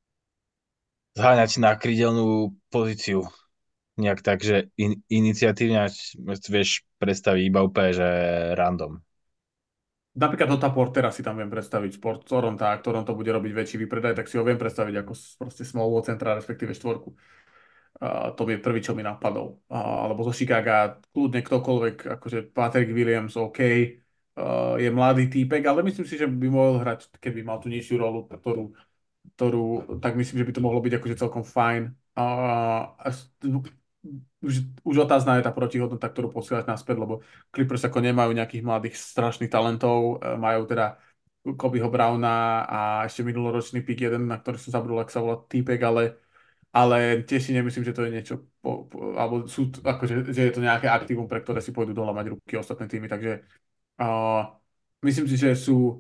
zháňať na krídelnú pozíciu. Nejak tak, že in, iniciatívne vieš predstaviť iba úplne, že random. Napríklad Otto Portera si tam viem predstaviť sport Toronto, a ak Toronto bude robiť väčší výpredaj, tak si ho viem predstaviť ako s- proste small ball centra, respektíve štvorku. A to je prvý, čo mi napadol. A, alebo zo Chicaga, kľudne ktokoľvek, akože Patrick Williams, OK, a, je mladý týpek, ale myslím si, že by mohol hrať, keby mal tú nižšiu rolu, ktorú ktorú, tak myslím, že by to mohlo byť akože celkom fajn. A, a s- už, už otázna je tá protihodnota, ktorú posielať naspäť, lebo Clippers ako nemajú nejakých mladých strašných talentov, e, majú teda Kobeho Browna a ešte minuloročný pick jeden, na ktorý som zabudol, ak sa volá týpek, ale, ale tiež si nemyslím, že to je niečo, po, po, alebo sú, t- akože, že je to nejaké aktívum, pre ktoré si pôjdu dolamať ruky ostatné týmy, takže uh, myslím si, že sú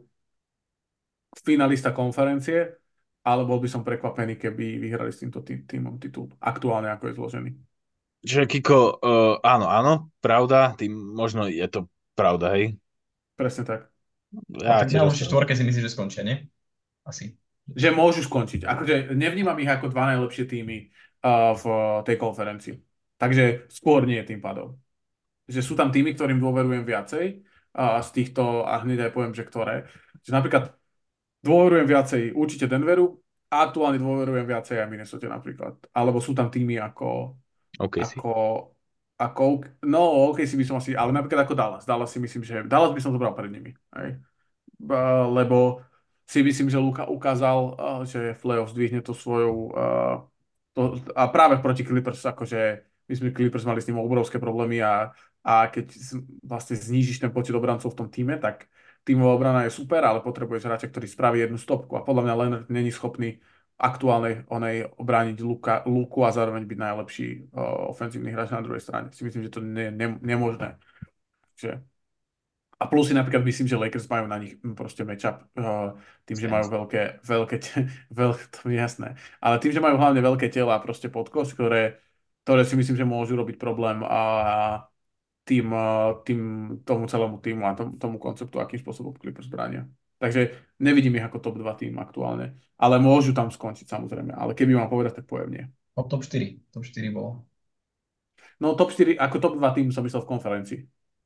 finalista konferencie, ale bol by som prekvapený, keby vyhrali s týmto tý- týmom titul. Aktuálne, ako je zložený. Že Kiko, uh, áno, áno, pravda, tým možno je to pravda, hej. Presne tak. A Ja tak na tiež najlepšej ospravedlňujem. štvorke si myslíš, že skončia, nie? Asi. Že môžu skončiť. Akože nevnímam ich ako dva najlepšie týmy uh, v tej konferencii. Takže skôr nie tým pádom. Že sú tam týmy, ktorým dôverujem viacej uh, z týchto, a hneď aj poviem, že ktoré. Že napríklad dôverujem viacej určite Denveru a aktuálne dôverujem viacej aj Minnesota napríklad. Alebo sú tam týmy ako OK si. ako, ako, no OK si by som asi, ale napríklad ako Dallas. Dallas si myslím, že Dallas by som zobral pred nimi. Hej. Ba- Lebo si myslím, že Luka ukázal, uh, že v playoff zdvihne to svojou uh, to, a práve proti Clippers, akože my sme Clippers mali s ním obrovské problémy a, a keď z- vlastne znížiš ten počet obrancov v tom týme, tak tímová obrana je super, ale potrebuješ hráča, ktorý spraví jednu stopku a podľa mňa Leonard není schopný aktuálnej onej obrániť Luka, Luku a zároveň byť najlepší uh, ofenzívny hráč na druhej strane. Si myslím, že to nie je ne, nemožné. Že a plus si napríklad myslím, že Lakers majú na nich mm, proste matchup uh, tým, že majú Suns. veľké, veľké, te- veľké, to je jasné, ale tým, že majú hlavne veľké tela a proste podkosť, ktoré, ktoré si myslím, že môžu robiť problém a tým, eh, tým, tomu celému týmu a tomu, tomu konceptu, akým spôsobom Clippers bránia. Takže nevidím ich ako top dva tým aktuálne. Ale môžu tam skončiť samozrejme. Ale keby mám povedať, tak poviem nie. No, top štyri. Top štyri bolo. No top štyri, ako top dva tým som myslel v konferencii.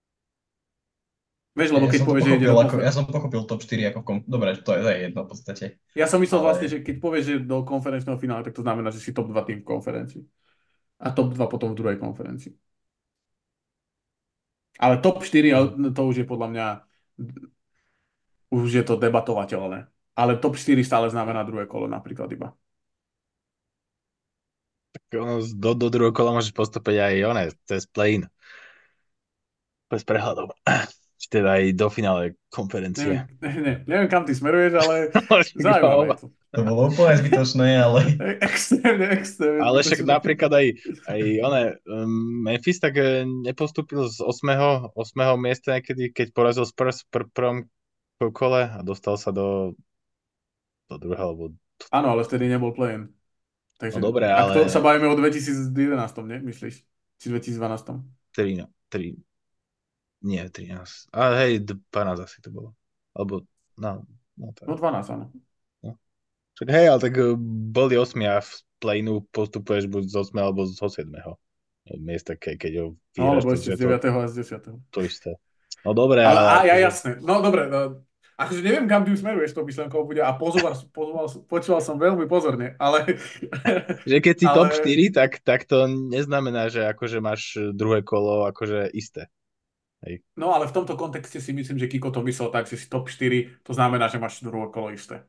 Vieš, Ja, lebo ja keď som to povieš, že ide pochopil do ako, ja konferencie. som pochopil top štyri ako kom... Dobre, to je, to je jedno v podstate. Ja som myslel vlastne, Ale že keď povieš, že do konferenčného finále, tak to znamená, že si top dva tým v konferencii. A top dva potom v druhej konferencii. Ale top štyri, ale to už je podľa mňa, už je to debatovateľné. Ale top štyri stále znamená druhé kolo napríklad iba. ono z- do, do druhého kola môžeš postúpiť aj one, cez play-in. Bez prehľadov. Či teda aj do finále konferencie. Neviem, ne, ne, neviem kam ty smeruješ, ale Však zaujímavé je jo. to. to bolo úplne zbytočné, ale E- Extrémne, extrémne Ale však zbytočné. napríklad aj, aj one, um, Memphis tak eh, nepostúpil z osmého osmého miesta niekedy, keď porazil Spurs v pr- prvom kole a dostal sa do, do druhého, alebo Áno, ale vtedy nebol play-in. no Takže, dobre, ak to sa ale bavíme o dvetisíc jedenásť, nie? Myslíš? Či dvetisíc dvanásť? tri, no, tri, nie, trinásť. A hej, dvanásť asi to bolo. Alebo, no, no No tak. dvanásť, áno. No. Však hej, ale tak eh, boli osmi a v play-inu postupuješ buď z osmého alebo zo siedmeho miesta, ke, keď ho No, vyhráš, alebo ešte takže z to, deviateho a z desiateho. to isté. No dobre, Ale a, ale ja akože, jasné. No dobre, no, akože neviem, kam tým smeruješ to myšlenkou bude a pozoroval, pozoroval, počúval som veľmi pozorne, ale, že keď si ale top štyri, tak, tak to neznamená, že akože máš druhé kolo akože isté. Hej. no ale v tomto kontexte si myslím, že Kiko to myslel tak, že si top štyri, to znamená, že máš druhé kolo isté.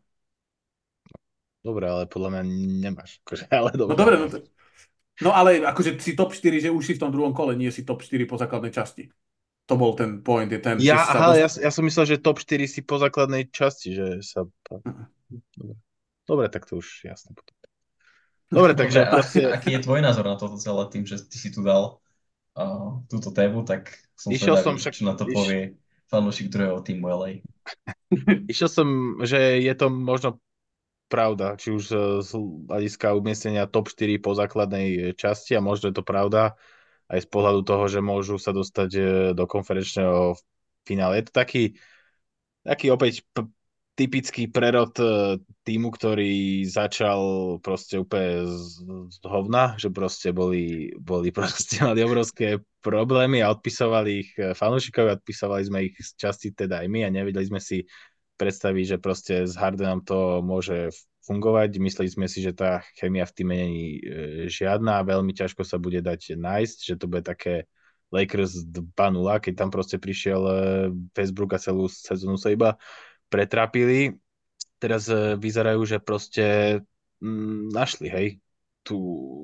Dobre, ale podľa mňa nemáš. Akože, ale No dobre. dobre, no, to, no ale akože si top štyri, že už si v tom druhom kole, nie si top štyri po základnej časti. To bol ten point, je ten, že Ja, si sa aha, ja, dostal. ja som myslel, že top štyri si po základnej časti, že sa... Dobre, dobre tak to už jasné potom. Dobre, dobre, takže a proste aký je tvoj názor na toto celé tým, že ty si tu dal uh, túto tému, tak som išiel som zvedavý, však... čo na to Iš, povie fanúšik druhého týmu el ej. išiel som, že je to možno pravda, či už z z hľadiska umiestnenia top štyri po základnej časti a možno je to pravda aj z pohľadu toho, že môžu sa dostať e, do konferenčného finále. Je to taký, taký opäť p- typický prerod e, týmu, ktorý začal proste úplne z, z hovna, že proste boli, boli proste mali obrovské problémy a odpisovali ich e, fanúšikovia, odpisovali sme ich z časti teda aj my a nevedeli sme si predstaviť, že proste s Hardenom to môže fungovať. Mysleli sme si, že tá chemia v týme není e, žiadna a veľmi ťažko sa bude dať nájsť, že to bude také Lakers dva nula, keď tam proste prišiel e, Westbrook a celú sezónu sa iba pretrapili. Teraz e, vyzerajú, že proste mm, našli, hej, tú,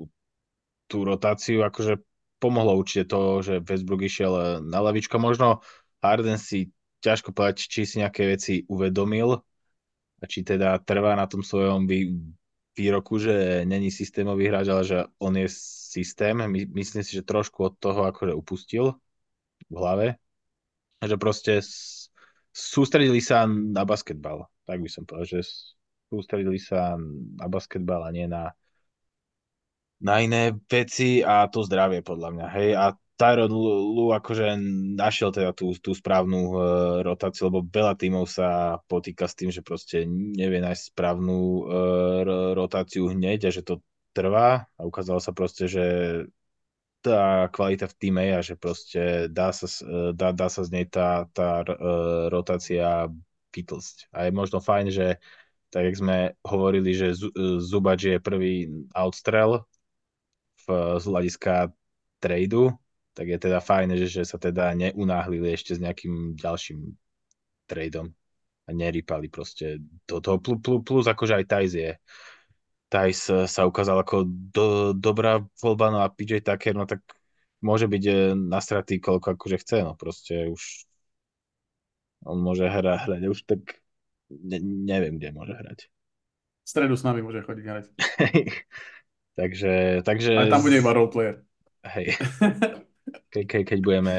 tú rotáciu, akože pomohlo určite to, že Westbrook išiel e, na lavičku. Možno Harden si ťažko povedať, či si nejaké veci uvedomil a či teda trvá na tom svojom vý, výroku, že není systémový hráč, ale že on je systém. My, myslím si, že trošku od toho akože upustil v hlave. A že proste s, sústredili sa na basketbal. Tak by som povedal, že sústredili sa na basketbal a nie na na iné veci a to zdravie podľa mňa, hej. A Tyron Lu akože našiel teda tú, tú správnu uh, rotáciu, lebo veľa tímov sa potýka s tým, že proste nevie nájsť správnu uh, rotáciu hneď a že to trvá a ukázalo sa proste, že tá kvalita v týme je a že proste dá sa, uh, dá, dá sa z nej tá, tá uh, rotácia vytlsť. A je možno fajn, že tak jak sme hovorili, že Zubač je prvý outstrel z hľadiska tradu, tak je teda fajn, že, že sa teda neunáhlili ešte s nejakým ďalším tradom a nerýpali proste do toho. Plus, plus, plus akože aj Thais je. Thais sa ukázal ako do, dobrá voľba, no a pé jé Tucker, no tak môže byť eh, nastratý koľko akože chce, no proste už on môže hrať, hrať už tak ne, neviem, kde môže hrať. V stredu s nami môže chodiť hrať. takže, takže Ale tam bude iba roleplayer. hej, ke, ke, keď budeme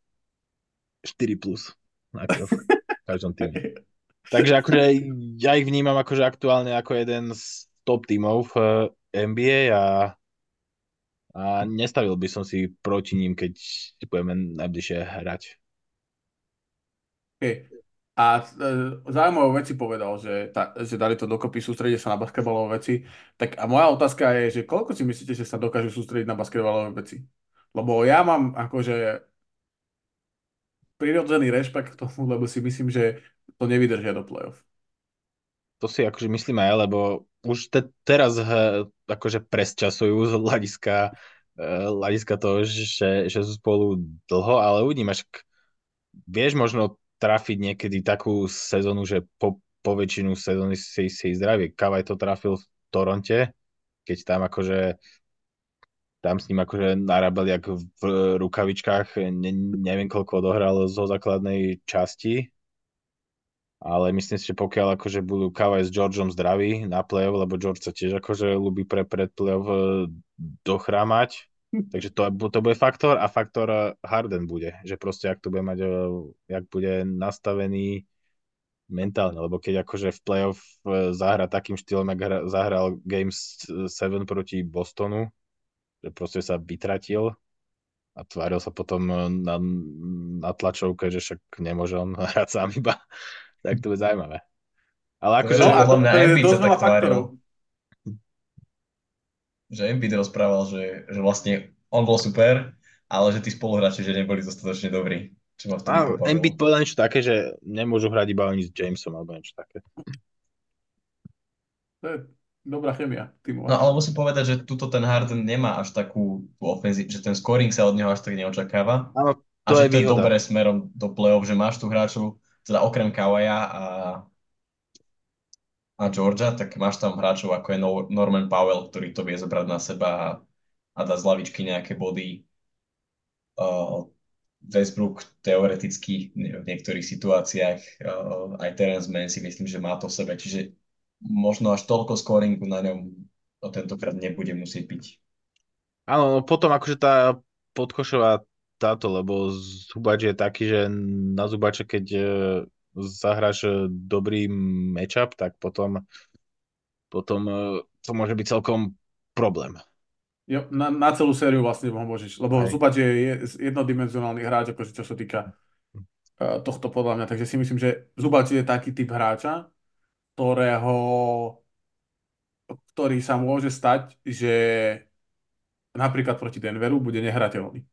štyri plus ako v každom týme. Takže akože ja ich vnímam akože aktuálne ako jeden z top tímov v en bí ej a A nestavil by som si proti ním, keď budeme najbližšie hrať. Okay. A e, zaujímavé veci povedal, že, ta, že dali to dokopy, sústredia sa na basketbalové veci. Tak a moja otázka je, že koľko si myslíte, že sa dokážu sústrediť na basketbalové veci? Lebo ja mám akože prirodzený rešpekt k tomu, lebo si myslím, že to nevydržia do play-off. To si akože myslím aj, lebo už te, teraz eh, akože presčasujú z hľadiska, eh, hľadiska toho, že, že sú spolu dlho, ale uvidím, až k, vieš možno trafiť niekedy takú sezónu, že po, po väčšinu sezóny si, si zdravie. Kavaj to trafil v Toronte, keď tam akože tam s ním akože narábali jak v rukavičkách, ne, neviem koľko odohral zo základnej časti, ale myslím si, že pokiaľ akože budú Kawhi s Georgeom zdraví na play-off, lebo George sa tiež akože ľubí pre pred play-off e, dochrámať, takže to, to bude faktor a faktor e, Harden bude, že proste ak to bude mať, e, jak bude nastavený mentálne, lebo keď akože v play-off e, zahra takým štýlom, jak hra, zahral Games sedem proti Bostonu, že proste sa vytratil a tváril sa potom e, na, na tlačovke, že však nemôže on hrať sám iba, tak to bude zaujímavé. Ale To vieš, akože, No že a podľa to, mňa to je Embiid dosť sa tak veľa faktorov. tváril, že Embiid rozprával, že, že vlastne on bol super, ale že tí spoluhráči, že neboli dostatočne dobrí. Čo ma vtedy a Embiid pobavilo. povedal niečo také, že nemôžu hrať iba oni s Jamesom alebo niečo také. To je dobrá chemia No tímová. ale musím povedať, že tuto ten Harden nemá až takú tú ofenzívu, že ten scoring sa od neho až tak neočakáva Áno, a to že je to je výhoda. dobré smerom do play-off, že máš tu hráčov, teda okrem Kawaja a, a Georgia, tak máš tam hráčov ako je No- Norman Powell, ktorý to vie zobrať na seba a, a dá z lavičky nejaké body. Uh, Westbrook teoreticky v niektorých situáciách, uh, aj Terence Mann si myslím, že má to v sebe, čiže možno až toľko scoringu na ňom to tentokrát nebude musieť byť. Áno, no potom akože tá podkošová táto, lebo Zubač je taký, že na Zubača, keď e, zahráš e, dobrý matchup, tak potom, potom e, to môže byť celkom problém. Jo, na, na celú sériu vlastne ho môžeš, lebo Hej. Zubac je, je jednodimenzionálny hráč, akože čo sa týka uh, tohto podľa mňa. Takže si myslím, že Zubac je taký typ hráča, ktorého, ktorý sa môže stať, že napríklad proti Denveru bude nehrateľný,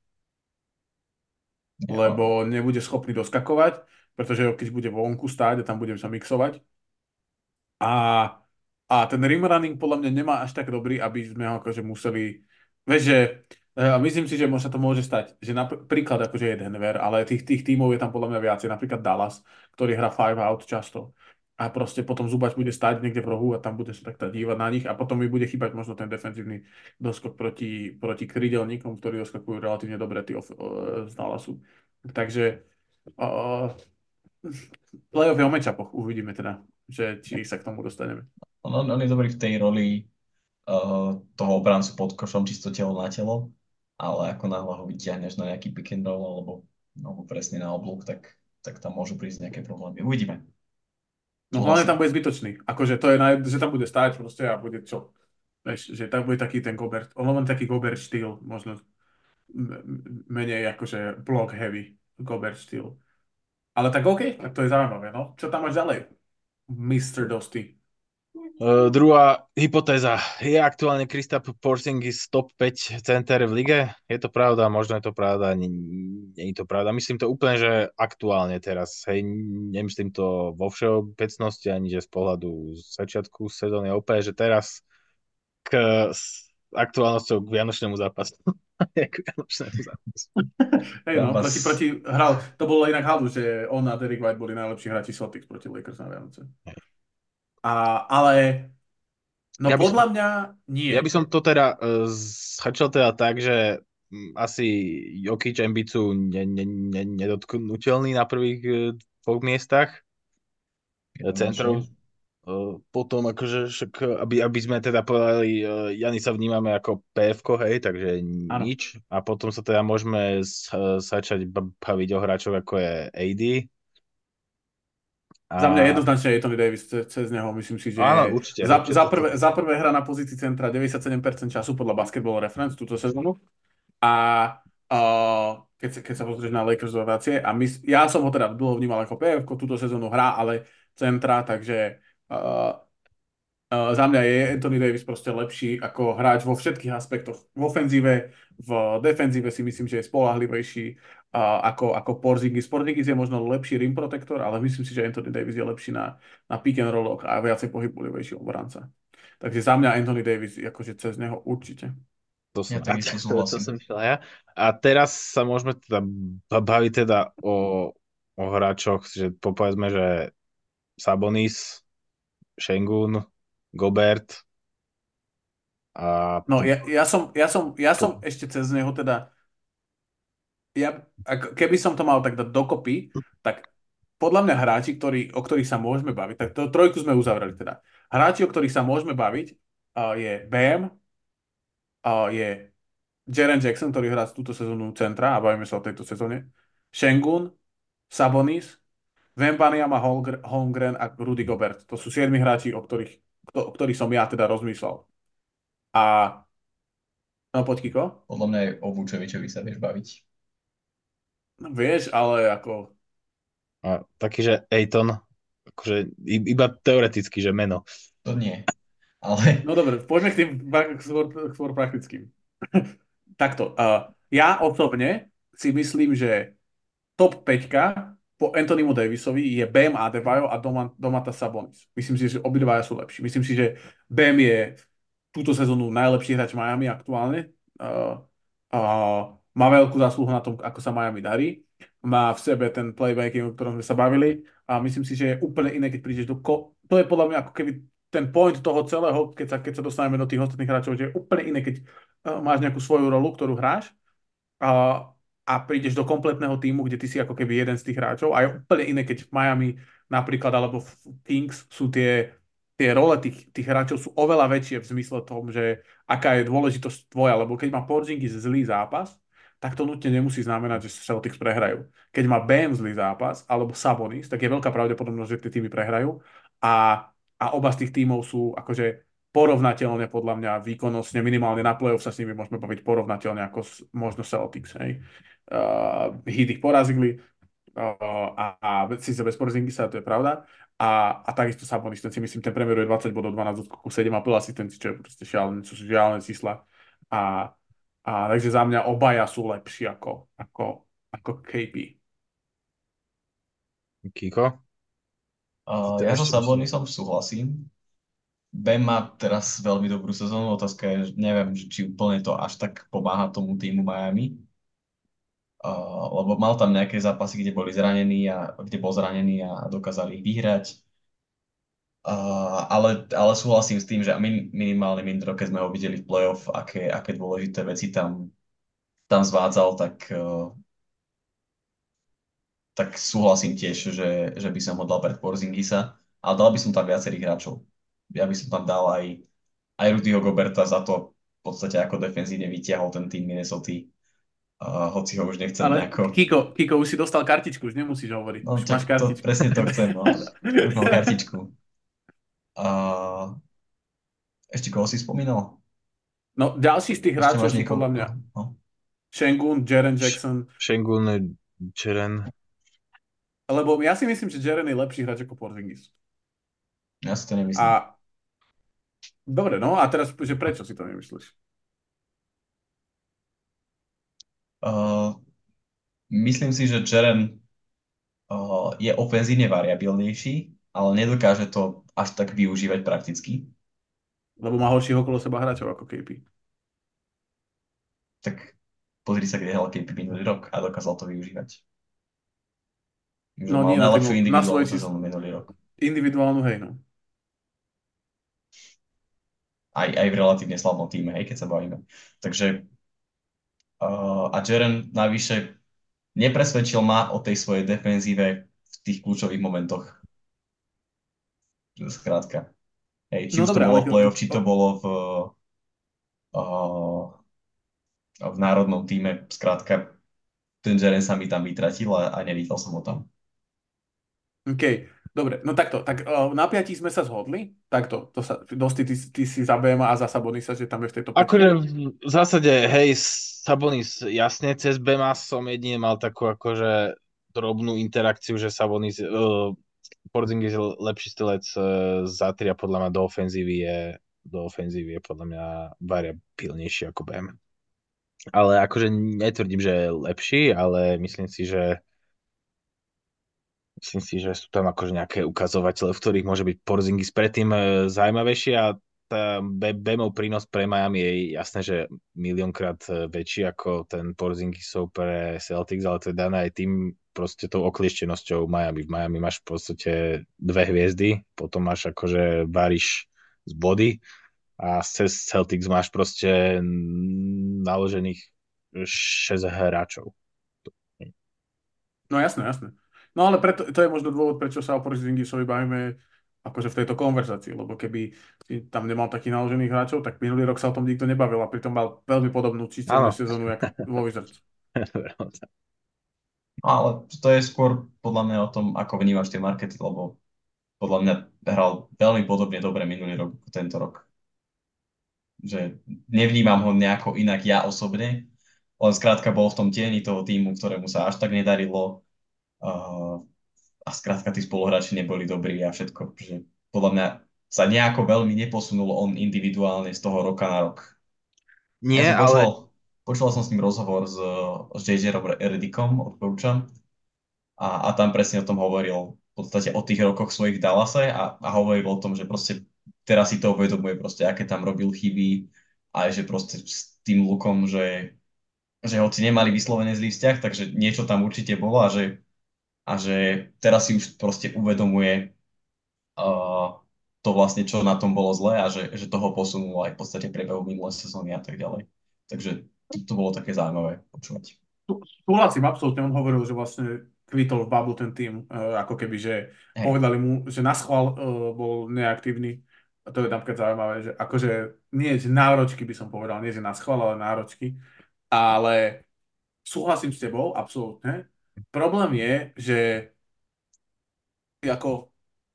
Jo. lebo nebude schopný doskakovať, pretože keď bude vonku stáť a tam budem sa mixovať, A, a ten rim running podľa mňa nemá až tak dobrý, aby sme ho akože museli... Vieš, že e, myslím si, že sa to môže stať, že napríklad akože je Denver, ale tých, tých tímov je tam podľa mňa viacej, napríklad Dallas, ktorý hrá five out často. A proste potom Zubač bude stáť niekde v rohu a tam bude sa takto dívať na nich a potom mi bude chýbať možno ten defenzívny doskok proti, proti krydelníkom, ktorí doskakujú relatívne dobre tí of, o, z Dallasu. Takže uh, playoff je o matchupoch, uvidíme teda, že či sa k tomu dostaneme. On, on on je dobrý v tej roli uh, toho obrancu pod košom, čisto telo na telo, ale ako náhle ho vyťahneš na nejaký pick and roll alebo, alebo presne na oblúk, tak, tak tam môžu prísť nejaké problémy. Uvidíme. No hlavne tam Súhlasím. bude zbytočný. Akože to je, naj... že tam bude stáť proste a bude čo. Vieš, že tam bude taký ten Gobert, on len taký Gobert štýl, možno m- m- menej akože block heavy Gobert štýl. Ale tak OK, tak to je zaujímavé, no. Čo tam máš ďalej? mister Dosty. Uh, druhá hypotéza. Je aktuálne Kristaps Porzingis top päť center v lige? Je to pravda? Možno je to pravda, nie, nie je to pravda. Myslím to úplne, že aktuálne teraz. Hej, nemyslím to vo všeobecnosti, ani že z pohľadu začiatku sezóny, úplne, že teraz k s aktuálnosťou k Vianočnému zápasu. k Vianočnému zápasu. Hej no, Zápas. proti, proti hral, to bolo inak halu, že on a Derek White boli najlepší hráči Celtics proti Lakers na Vianoce. A, ale, no Ja by som, podľa mňa ja by nie. som to teda uh, začal teda tak, že mm, asi Jokic Embiid sú ne, ne, ne, nedotknutelní na prvých uh, dvoch miestach eh, centrov. Jednoznačne. Uh, potom akože však, aby, aby sme teda povedali, uh, Jani sa vnímame ako pé ef-ko, hej, takže Áno. nič. A potom sa teda môžeme s- začať baviť o hráčoch ako je á dé. Za mňa A jednoznačne Anthony Davis cez, cez neho, myslím si, že je áno, určite, za, určite za, toto. prvé, za prvé hra na pozícii centra deväťdesiatsedem percent času podľa Basketball Reference túto sezónu a uh, keď, sa- keď sa pozrieš na Lakers rotácie a my, ja som ho teda dlho vnímal ako pé ef, túto sezónu hrá, ale centra, takže uh, Uh, za mňa je Anthony Davis proste lepší ako hráč vo všetkých aspektoch. V ofenzíve, v defenzíve si myslím, že je spolahlivejší uh, ako, ako Porzingis. Porzingis je možno lepší rim protector, ale myslím si, že Anthony Davis je lepší na, na pick and rolloch a viacej pohyblivejší obranca. Takže za mňa Anthony Davis, akože cez neho určite. To Ja som, a takisto to, to súhlasím. som myslel ja. A teraz sa môžeme teda baviť teda o, o hráčoch, že povedzme, že Sabonis, Šengun, Gobert a No ja, ja, som, ja, som, ja po, som ešte cez neho teda ja, ak, keby som to mal tak dať dokopy, tak podľa mňa hráči, ktorí, o ktorých sa môžeme baviť, tak to, trojku sme uzavreli teda. Hráči, o ktorých sa môžeme baviť, uh, je Bam, uh, je Jaren Jackson, ktorý hrá túto sezónu centra a bavíme sa o tejto sezóne. Šengun, Sabonis, Wembanyama, Holgr- Holmgren a Rudy Gobert. To sú siedmi hráči, o ktorých, o ktorých som ja teda rozmýšľal. A no poď Kiko. Podľa mňa aj o Vučevičovi sa vieš baviť. No, vieš, ale ako a taký, že Ejton, akože i- iba teoreticky, že meno. To nie. Ale no dobre, poďme k tým pra- skôr, skôr praktickým. Takto. Uh, ja osobne si myslím, že top päť po Anthonymu Davisovi je Bam Adebayo a Doma- Domantas Sabonis. Myslím si, že obidvaja sú lepší. Myslím si, že Bam je túto sezónu najlepší hráč Miami aktuálne. Uh, uh, má veľkú zásluhu na tom, ako sa Miami darí. Má v sebe ten playmaking, o ktorom sme sa bavili. A myslím si, že je úplne iné, keď prídeš do... Ko- to je podľa mňa ako keby ten point toho celého, keď sa, keď sa dostaneme do tých ostatných hráčov, že je úplne iné, keď uh, máš nejakú svoju rolu, ktorú hráš a, a prídeš do kompletného týmu, kde ty si ako keby jeden z tých hráčov a je úplne iné, keď v Miami napríklad alebo v Kings sú tie, tie role tých, tých hráčov sú oveľa väčšie v zmysle tom, že aká je dôležitosť tvoja, lebo keď má Porzingis zlý zápas, tak to nutne nemusí znamenať, že Celtics prehrajú. Keď má Bam zlý zápas alebo Sabonis, tak je veľká pravdepodobnosť, že tie týmy prehrajú a, a oba z tých tímov sú akože porovnateľne podľa mňa výkonnostne, minimálne na play-off sa s nimi môžeme baviť porovnateľne ako s, možno Celtics. Hej. Uh, Heat ich porazili uh, a, a síce bez Porzingisa, to je pravda. A, a takisto Sabonis, ten si myslím, ten priemeruje dvadsať bodov, dvanásť odskokov, sedem a pol asistencií, čo je proste šialené, čo sú šialené čísla. A, a takže za mňa obaja sú lepší ako, ako, ako ká pé. Kiko? Ty uh, tam ja so ešte musím... Sabonisom súhlasím. Bam má teraz veľmi dobrú sezónu. Otázka je, že neviem, že či úplne to až tak pomáha tomu týmu Miami. Uh, lebo mal tam nejaké zápasy, kde boli zranení a kde bol zranený a dokázali ich vyhrať. Uh, ale, ale súhlasím s tým, že min, minimálne minulý rok, keď sme ho videli v playoff, aké, aké dôležité veci tam, tam zvádzal, tak, uh, tak súhlasím tiež, že, že by som ho dal pred Porzingisa, ale dal by som tam viacerých hráčov. Ja by som tam dal aj, aj Rudyho Goberta za to, v podstate ako defenzívne vytiahol ten tým Minnesota, uh, hoci ho už nechcem Ale nejako... Kiko, Kiko, už si dostal kartičku, už nemusíš hovoriť, No už máš tak to kartičku. presne to chcem, no. Už mám kartičku. Uh, ešte koho si spomínal? No, ďalší z tých Ešte hráčov máš sú podľa mňa niekoho? No. Şengün, Jaren Š- Jackson, Šengun, Čeren. lebo ja si myslím, že Jaren je lepší hráč ako Porzingis. Ja si to nemyslím. A dobre, no a teraz, že prečo si to nemyslíš? Uh, myslím si, že Jaren uh, je ofenzívne variabilnejší, ale nedokáže to až tak využívať prakticky. Lebo má horších okolo seba hráčov ako ká pé. Tak pozri sa, kde hral K P minulý rok a dokázal to využívať. Že No mal nie na, najlepšiu tým, na individuálnu svoje číslo, sezónu minulý rok. individuálnu, hej, no. Aj, aj v relatívne slabom týme, hej, keď sa bavíme. Takže uh, a Jaren navyše nepresvedčil ma o tej svojej defenzíve v tých kľúčových momentoch. Skrátka. Hej, či No už to dobre, bolo ale v play-off, či to bolo v, uh, v národnom týme. Skrátka, ten Jaren sa mi tam vytratil a, a nevítal som ho tam. OK. Dobre, no takto, tak uh, na piati sme sa zhodli, takto, to sa, dosti, ty, ty si za bé em a za Sabonisa, že tam je v tejto Akože peťke. v zásade, hej, Sabonis jasne, cez Bema som jedine mal takú akože drobnú interakciu, že Sabonis, uh, Porzingis je lepší strelec uh, za tri a podľa mňa do ofenzívy je do ofenzívy je podľa mňa variabilnejší ako Bam. Ale akože netvrdím, že je lepší, ale myslím si, že myslím si, že sú tam akože nejaké ukazovatele, v ktorých môže byť Porzingis predtým e, zaujímavejší a tá Be- Bemov prínos pre Miami je jasné, že miliónkrát e, väčší ako ten Porzingisov pre Celtics, ale to je dané aj tým proste tou oklieštenosťou Miami. V Miami máš v podstate dve hviezdy, potom máš akože varíš z body a cez Celtics máš proste naložených šesť hráčov. No jasné, jasné. No ale preto, to je možno dôvod, prečo sa o Porzingisovi bavíme akože v tejto konverzácii, lebo keby si tam nemal takých naložených hráčov, tak minulý rok sa o tom nikto nebavil a pritom mal veľmi podobnú číselnú Áno. sezónu, jak vo Wizards. No ale to je skôr podľa mňa o tom, ako vnímaš tie markety, lebo podľa mňa hral veľmi podobne dobre minulý rok ako tento rok. Že nevnímam ho nejako inak ja osobne, len skrátka bol v tom tieni toho týmu, ktorému sa až tak nedarilo uh, a skrátka tí spoluhráči neboli dobrí a všetko, že podľa mňa sa nejako veľmi neposunul on individuálne z toho roka na rok. Ja Nie, som ale počúval, počúval som s ním rozhovor s, s jé jé Redickom, odporúčam, a, a tam presne o tom hovoril v podstate o tých rokoch svojich v Dallase a, a hovoril o tom, že proste teraz si to uvedomuje proste, aké tam robil chyby a že proste s tým Lukom, že, že hoci nemali vyslovene zlý vzťah, takže niečo tam určite bolo a že, a že teraz si už proste uvedomuje uh, to vlastne, čo na tom bolo zlé a že, že toho posunulo aj v podstate priebehu minulé sezóny a tak ďalej. Takže to, to bolo také zaujímavé počúvať. Sú- Súhlasím, absolútne. On hovoril, že vlastne kvitol v bubble ten tým, eh, ako keby, že Hej, povedali mu, že na schvál eh, bol neaktívny. A to je napríklad zaujímavé, že akože nie, že náročky by som povedal, nie že na schvál, ale náročky. Ale súhlasím s tebou, absolútne. Problém je, že ako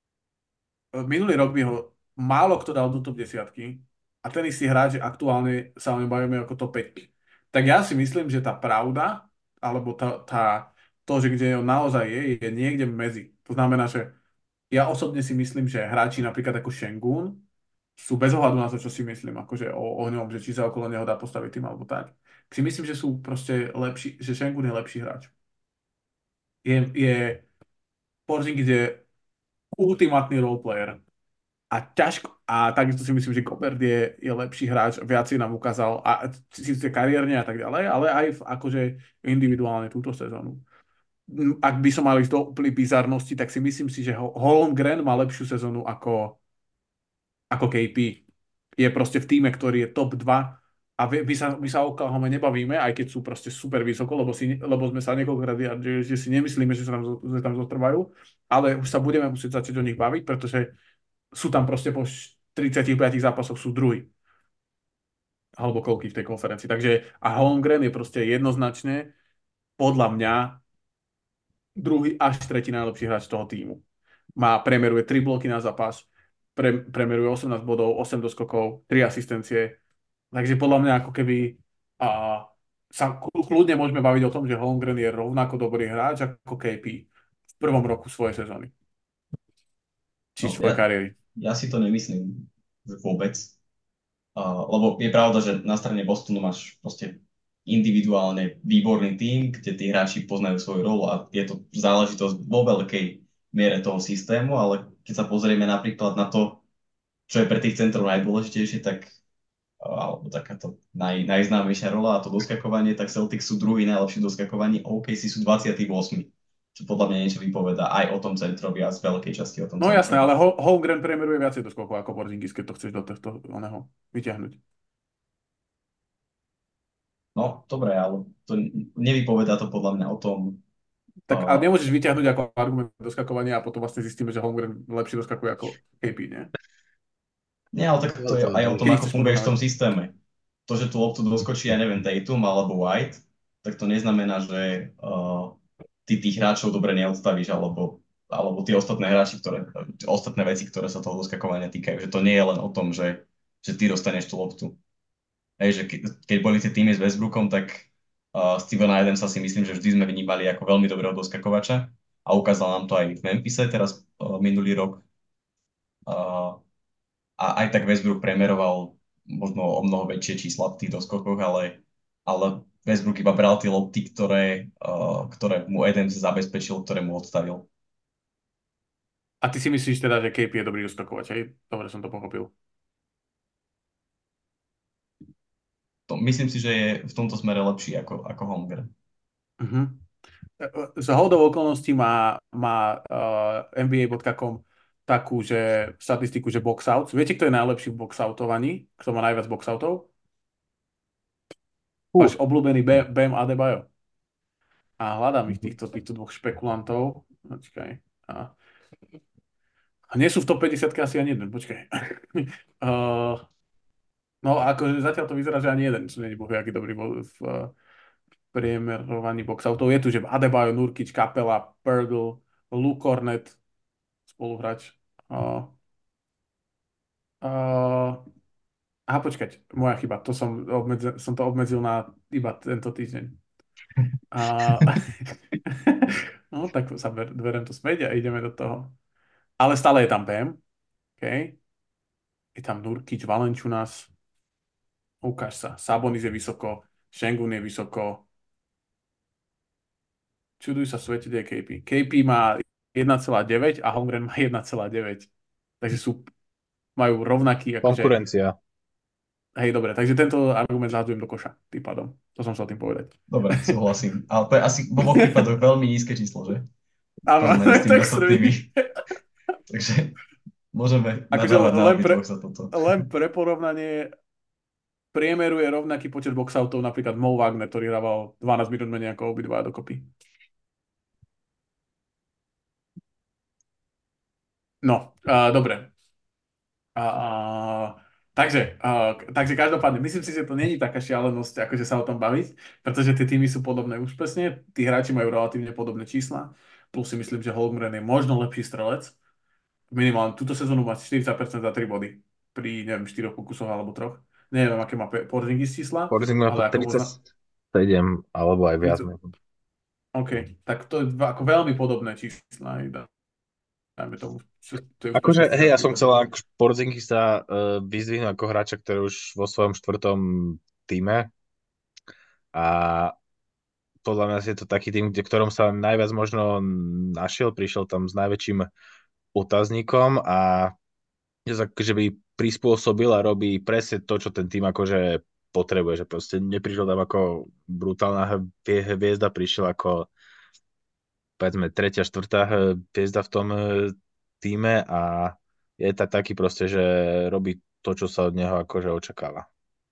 minulý rok by ho málo kto dal do top desiatky a ten istý hráč, že aktuálne sa o ňom bavíme ako top päť. Tak ja si myslím, že tá pravda, alebo tá, tá, to, že kde on naozaj je, je niekde medzi. To znamená, že ja osobne si myslím, že hráči napríklad ako Şengün sú bez ohľadu na to, čo si myslím, akože o, o ňom, že či sa okolo neho dá postaviť tým alebo tak. Si myslím, že sú proste lepší, že Şengün je lepší hráč. Je, je Porzingis je ultimátny roleplayer. A ťažko, a takisto si myslím, že Gobert je, je lepší hráč, viac si nám ukázal, a síce kariérne a tak ďalej, ale aj v, akože individuálne túto sezónu. M, Ak by som mal ísť do úplnej bizarnosti, tak si myslím si, že Ho- Holmgren má lepšiu sezónu ako, ako ká pé. Je proste v týme, ktorý je top dva a my, my sa, my sa o Oklahome nebavíme, aj keď sú proste super vysoko, lebo, si, lebo sme sa niekoľkokrát vyjadrili, že, že si nemyslíme, že sa tam, že tam zotrvajú, ale už sa budeme musieť začať o nich baviť, pretože sú tam proste po tridsiatich piatich zápasoch sú druhý. Alebo koľky v tej konferencii. Takže a Holmgren je proste jednoznačne podľa mňa druhý až tretí najlepší hráč toho týmu. Má, premeruje tri bloky na zápas, pre, premeruje osemnásť bodov, osem doskokov, tri asistencie. Takže podľa mňa ako keby a, sa kľudne môžeme baviť o tom, že Holmgren je rovnako dobrý hráč ako ká pé v prvom roku svojej sezóny. Či no svojej ja, kariéry. ja si to nemyslím vôbec. Uh, lebo je pravda, že na strane Bostonu máš proste individuálne výborný tým, kde tí hráči poznajú svoju rolu a je to záležitosť vo veľkej miere toho systému, ale keď sa pozrieme napríklad na to, čo je pre tých centrov najdôležitejšie, tak uh, alebo takáto naj, najznámejšia rola a to doskakovanie, tak Celtics sú druhý najlepší v doskakovaní, ó ká cé sú dvadsiaty ôsmy čo podľa mňa niečo vypoveda aj o tom centrovi a z veľkej časti o tom No jasné, centrovi. ale Hol- Holmgren premeruje viacej do skokov ako Porzingis, keď to chceš do tohto oného vyťahnuť. No, dobre, ale to nevypoveda to podľa mňa o tom, Tak a uh, nemôžeš vyťahnuť ako argument doskakovania a potom vlastne zistíme, že Holmgren lepšie doskakuje ako ká pé, nie? nie, ale tak to No, je to, aj to, o tom, Keď ich ako chceš funguješ v porovnávať. tom systéme. To, že tú loptu doskočí, ja neviem, Tatum alebo White, tak to neznamená, že uh, ty tých hráčov dobre neodstavíš, alebo alebo tí ostatné hráči, ktoré, ostatné veci, ktoré sa toho doskakovania týkajú. Že to nie je len o tom, že, že ty dostaneš tú loptu. Hej, že ke, keď boli tie týmy s Westbrookom, tak uh, Stevena Adamsa si myslím, že vždy sme vnímali ako veľmi dobrého doskakovača a ukázal nám to aj v Memphise teraz uh, minulý rok. Uh, a aj tak Westbrook premeroval možno o mnoho väčšie čísla v tých doskokoch, ale, ale Westbrook iba bral tie lopty, ktoré, uh, ktoré mu Adams zabezpečil, ktoré mu odstavil. A ty si myslíš teda, že K P je dobrý doskakovač, hej? Dobre som to pochopil. To, myslím si, že je v tomto smere lepší ako, ako Holmgren. Uh-huh. Z hodou okolností má, má uh, N B A bodka com takú, že statistiku, že box-out. Viete, kto je najlepší v box-outovaní? Kto má najviac box-outov? Uh. Váš obľúbený Be- Bam Adebayo. A hľadám ich týchto, týchto dvoch špekulantov. Počkaj. A, a nie sú v top päťdesiat asi ani jeden. Počkaj. uh, no akože zatiaľ to vyzerá, že ani jeden sú není bohvie, aký dobrý bol v uh, priemerovaní box-outov. Je tu, že Adebayo, Nurkic, Capela, Pergl, Luke Cornet, spoluhráč. Uh, uh, aha, počkať, moja chyba. To som, obmedze, som to obmedzil na iba tento týždeň. Uh, no, tak sa ber, berem to späť a ideme do toho. Ale stále je tam Bam. Okay. Je tam Nurkic, Valenčunas. Ukáž sa. Sabonis je vysoko. Šengun je vysoko. Čuduj sa svete, kde je K P. K P má jeden celá deväť a Holmgren má jeden celá deväť. Takže sú, majú rovnaký, akože... Konkurencia. Hej, dobre, takže tento argument zahadzujem do koša, tým pádom. To som chcel tým povedať. Dobre, súhlasím. Ale to je asi v oboch prípadoch veľmi nízke číslo, že? Áno, S tými tak ostatnými. Takže môžeme akože nadávať na len pre, obidvoch za toto. len pre porovnanie priemeru je rovnaký počet boxoutov, napríklad Mo Wagner, ktorý hrával dvanásť minút menej ako obidva dokopy. No, uh, dobre. Uh, takže, uh, takže každopádne, myslím si, že to není taká šialenosť, akože sa o tom baviť, pretože tie týmy sú podobné úspešne, tí hráči majú relatívne podobné čísla, plus si myslím, že Holmgren je možno lepší strelec. Minimálne túto sezónu má štyridsať percent za tri body pri, neviem, štyroch pokusoch alebo troch. Neviem, aké má Pe- Porzingis čísla, Porzingis má ale ako pozna... tridsaťsedem alebo aj viac. OK, tak to je dva- ako veľmi podobné čísla. dá- Dajme tomu. čo- To je Akože, úspešnosť hej, ja za som tri chcel body. ako Porzingisa uh, vyzdvihnúť ako hráča, ktorý už vo svojom štvrtom týme a podľa mňa je to taký tým, kde ktorom sa najviac možno našiel, prišiel tam s najväčším otáznikom a že sa že by prispôsobil a robí presne to, čo ten tým akože potrebuje, že proste neprišiel tam ako brutálna hvie- hviezda, prišiel ako povedzme tretia, štvrtá hviezda v tom eh, týme a je tak taký proste, že robí to, čo sa od neho akože očakáva.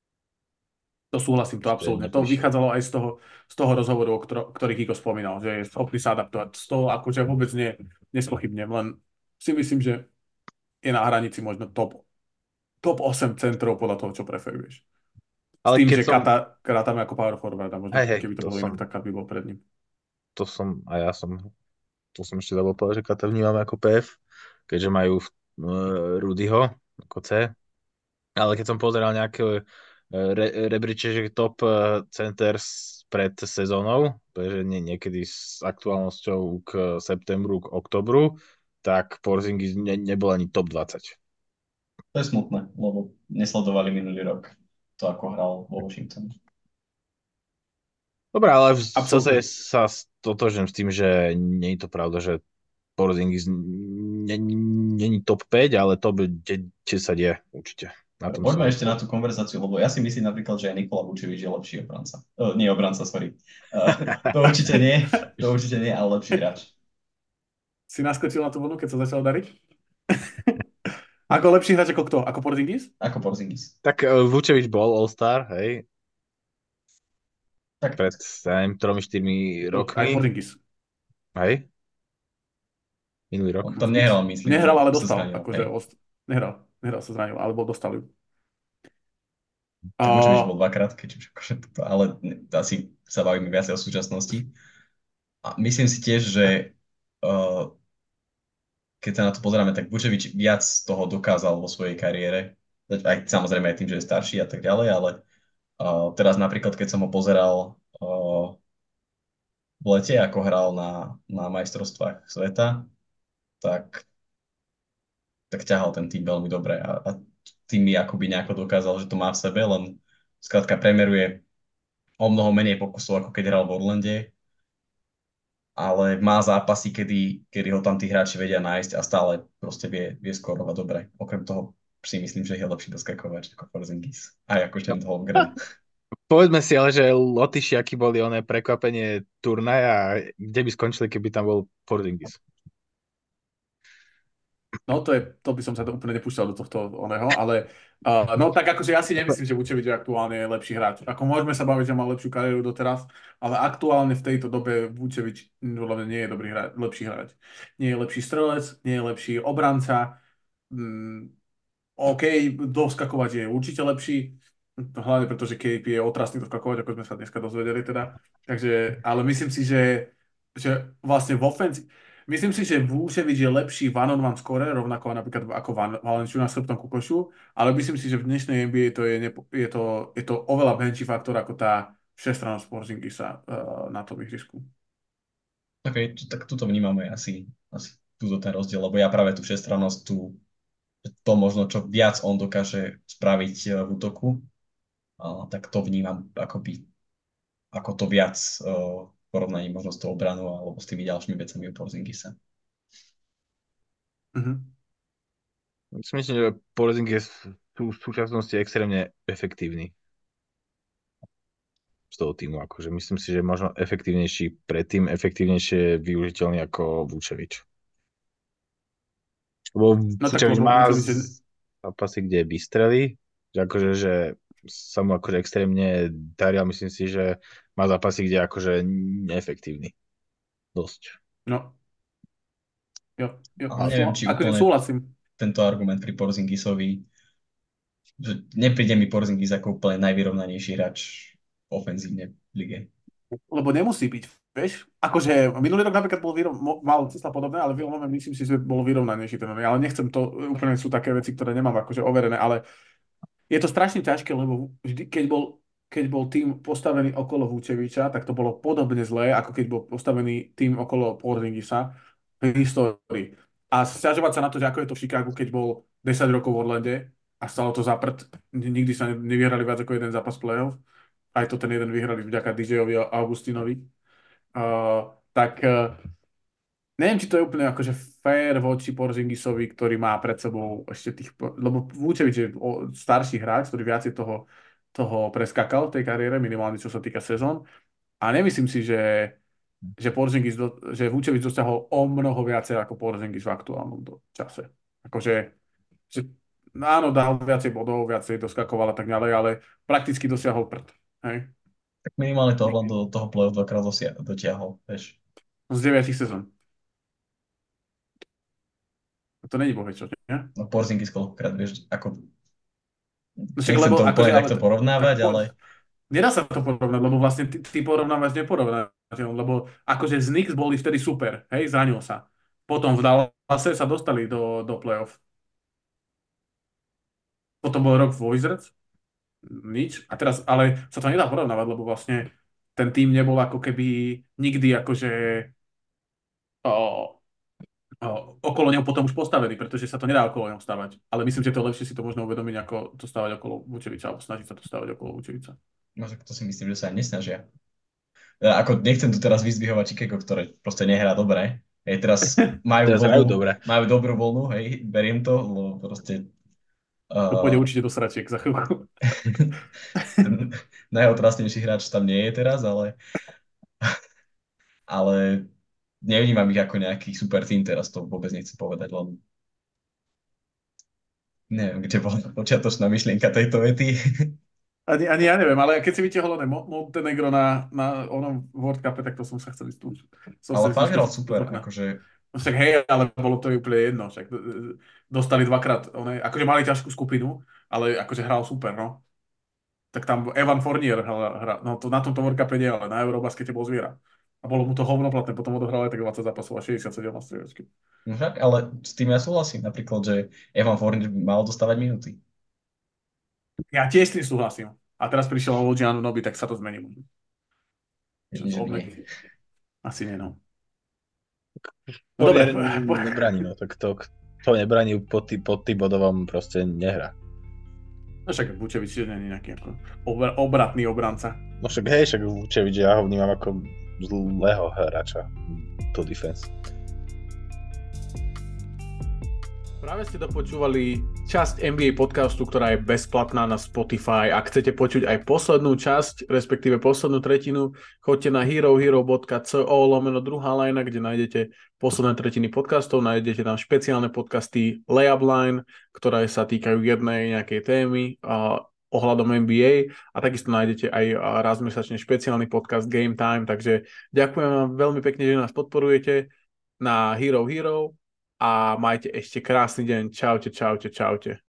To súhlasím, to Proste absolútne. To neprišiel. vychádzalo aj z toho, z toho rozhovoru, o ktor- ktorý Kiko spomínal, že je schopný sa adaptovať. Z toho akože vôbec nie, nespochybnem, len si myslím, že je na hranici možno top, top osem centrov podľa toho, čo preferuješ. S Ale tým, keď že som, Kata rátame ako power forward a možno hej, hej, keby to to bolo som, inak, tak Kat by bol pred ním. to som, a ja som, to som ešte zabol povedať, že Kata vnímame ako pé ef, keďže majú uh, Rudyho ako C. Ale keď som pozeral nejaké uh, re, rebríče, že top uh, center s- pred sezónou, že nie, niekedy s aktuálnosťou k septembru, k oktobru, tak Porzingis ne, nebol ani top dvadsať. To je smutné, lebo nesledovali minulý rok to, ako hral vo Washington. Dobre, ale zase Absolútne. sa stotožím s tým, že nie je to pravda, že Porzingis není top päť, ale top desať je určite. Na tom Poďme som. ešte na tú konverzáciu, lebo ja si myslím napríklad, že aj Nikola Vučevič je lepší obranca. Uh, nie obranca, sorry. Uh, to určite nie, to určite nie, ale lepší hráč. Si naskočil na tú vlnu, keď sa začal dariť? Ako lepší hráč ako kto? Ako Porzingis? Ako Porzingis. Tak uh, Vučevič bol All-Star, hej, Tak pred, ja neviem, tromi, štyrmi Aj rokmi, Porzingis. hej, minulý rok. on tam nehral, myslím, Nehral, že ale sa dostal. zranil. Akože Hej. ost... Nehral. Nehral sa zranil, alebo dostal ju. Tak Vučevič Uh, bol dvakrát, keď už akože toto, ale asi sa bavíme viac o súčasnosti. A myslím si tiež, že uh, keď sa na to pozeráme, tak Vučevič viac toho dokázal vo svojej kariére. Aj samozrejme aj tým, že je starší a tak ďalej, ale uh, teraz napríklad, keď som ho pozeral uh, v lete, ako hral na, na majstrovstvách sveta, tak, tak ťahal ten tým veľmi dobre a, a tým mi akoby nejako dokázal, že to má v sebe, len skrátka premeruje o mnoho menej pokusov, ako keď hral v Orlande, ale má zápasy, kedy, kedy ho tam tí hráči vedia nájsť a stále proste vie, vie skorovať dobre. Okrem toho si myslím, že je lepší doskakovač ako Porzingis. Aj ako Trent Holmgren. Povedzme si ale, že Lotyšiaky boli oné prekvapenie turnaja, kde by skončili, keby tam bol Porzingis. No to je, to by som sa to úplne nepúšťal do tohto oného, ale uh, no tak akože ja si nemyslím, že Vučevič je aktuálne lepší hráč. Ako môžeme sa baviť, že mal lepšiu kariéru doteraz, ale aktuálne v tejto dobe Vučevič hlavne nie je dobrý hráč, lepší hráč. Nie je lepší strelec, nie je lepší obranca. Mm, OK, doskakovať je určite lepší, hlavne pretože K P je otrasný doskakovať, ako sme sa dneska dozvedeli teda. Takže, ale myslím si, že, že vlastne v ofenzi, myslím si, že Vučevič je lepší one-on-one scorer, rovnako napríklad ako Van, Valenciunas v tom Kukošu, ale myslím si, že v dnešnej N B A to je, nepo, je, to, je to oveľa menší faktor ako tá všestrannosť Porzingisa uh, na tom ihrisku. OK, tak tuto vnímame asi, asi túto ten rozdiel, lebo ja práve tú všestrannosť, tú, to možno, čo viac on dokáže spraviť eh, v útoku, a, tak to vnímam akoby, ako to viac uh, v porovnaní možno s tou obranou alebo s tými ďalšími vecami u Porzingisa. Uh-huh. Myslím, že Porzingis je v súčasnosti extrémne efektívny z toho týmu. Akože myslím si, že možno efektívnejší predtým, efektívnejšie využiteľný ako Vučevič. Lebo No tak Vučevič lebo má Vučevič je... zápasy, kde vystrelí, že akože, že sa mu akože extrémne darí, ale myslím si, že má zápasy, kde je akože neefektívny. Dosť. No, jo, jo, Ale sú, neviem, či akože úplne súhlasím. tento argument pri Porzingisovi, že nepríde mi Porzingis ako úplne najvyrovnanejší hráč ofenzívne v lige. Lebo nemusí byť, vieš? Akože minulý rok napríklad bol vyrov, mo- mal cesta podobné, ale v moment myslím si, že bol vyrovnanejší ten ale nechcem to, úplne sú také veci, ktoré nemám akože overené, ale je to strašne ťažké, lebo vždy, keď bol, keď bol tým postavený okolo Vúčeviča, tak to bolo podobne zlé, ako keď bol postavený tým okolo Porzingisa v histórii. A sťažovať sa na to, že ako je to v Chicagu, keď bol desať rokov v Orlande a stalo to za prd, nikdy sa nevyhrali viac ako jeden zápas playoff, aj to ten jeden vyhrali vďaka dý džejovi a Augustinovi. Uh, tak uh, neviem, či to je úplne akože fair voči Porzingisovi, ktorý má pred sebou ešte tých... Lebo Vúčevič je o- starší hráč, ktorý viacej toho, toho preskakal v tej kariére, minimálne čo sa týka sezón. A nemyslím si, že, že, Porzingis do, že Vúčevič dosiahol o mnoho viacej ako Porzingis v aktuálnom do, čase. Akože, že, no áno, dal viacej bodov, viacej doskakoval a tak ďalej, ale prakticky dosiahol prd. Hej? Tak minimálne to Orlando do toho play-off dvakrát dosia- dotiahol, vieš. Z deviatich sezón. To není bohvie, čo, nie? No Porzingis koľkokrát, vieš, ako No však, nechcem lebo to akože, úplne ale takto tak porovnávať, po, ale nedá sa to porovnať, lebo vlastne ty, ty porovnávaš neporovnateľom, lebo akože z Knicks boli vtedy super, hej, zranil sa. Potom v Dallase sa dostali do, do playoff. Potom bol rok v Wizards, nič. A teraz, ale sa to nedá porovnávať, lebo vlastne ten tým nebol ako keby nikdy akože o, o, okolo neho potom už postavený, pretože sa to nedá okolo neho stavať. Ale myslím, že to je lepšie si to možno uvedomiť, ako to stavať okolo Vučeviča, alebo snažiť sa to stavať okolo Vučeviča. možno to si myslím, že sa ani nesnažia. Ja, ako nechcem tu teraz vyzdvihovať Chicago, ktoré proste nehrá dobre. Hej, teraz majú Teraz hrajú vlnu, dobre. majú dobrú vlnu, hej, beriem to, lebo proste To pôjde uh, určite do sračiek za chvíľku. ten najotrasnejší hráč tam nie je teraz, ale, ale nevnímam ich ako nejaký super tým teraz, to vôbec nechcem povedať, len neviem, kde bola počiatočná myšlienka tejto vety. Ani, ani ja neviem, ale keď si vytiahol oné Mo- Montenegro na, na onom World Cupe, tak to som sa chcel ísť som Ale sa fakt hral chcel ísť z super, okna. akože No však hej, ale bolo to úplne jedno. Však e, dostali dvakrát, oné, akože mali ťažkú skupinu, ale akože hral super, no. Tak tam Evan Fournier hral, hral no to na tomto World Cupe nie, ale na Eurobaskete bol zviera. A bolo mu to hovnoplatné, potom odohral aj tak dvadsať zápasov a šesťdesiatsedem na striedačky. No však, ale s tým ja súhlasím. Napríklad, že Evan Fournier by mal dostávať minúty. Ja tiež s tým súhlasím. A teraz prišiel Luciano Noby, tak sa to zmení. Čo Jedni, to že nie. obmedzí. Asi nie, no. No Fournier dobre, po- nebraní, no tak to, to nebraní pod, tý, pod Thibodeauom proste nehrá. no však Vučevič tiež nie je nejaký ako obr- obratný obranca. No však hej, však Vučevič, ja ho vnímam ako zlého hráča to defense. Práve ste dopočúvali časť N B A podcastu, ktorá je bezplatná na Spotify. Ak chcete počuť aj poslednú časť, respektíve poslednú tretinu, choďte na herohero.co lomeno druhá lajna, kde nájdete posledné tretiny podcastov, nájdete tam špeciálne podcasty Layup Line, ktoré sa týkajú jednej nejakej témy a ohľadom N B A a takisto nájdete aj raz mesačne špeciálny podcast Game Time, takže ďakujem vám veľmi pekne, že nás podporujete na Hero Hero a majte ešte krásny deň. Čaute, čaute, čaute.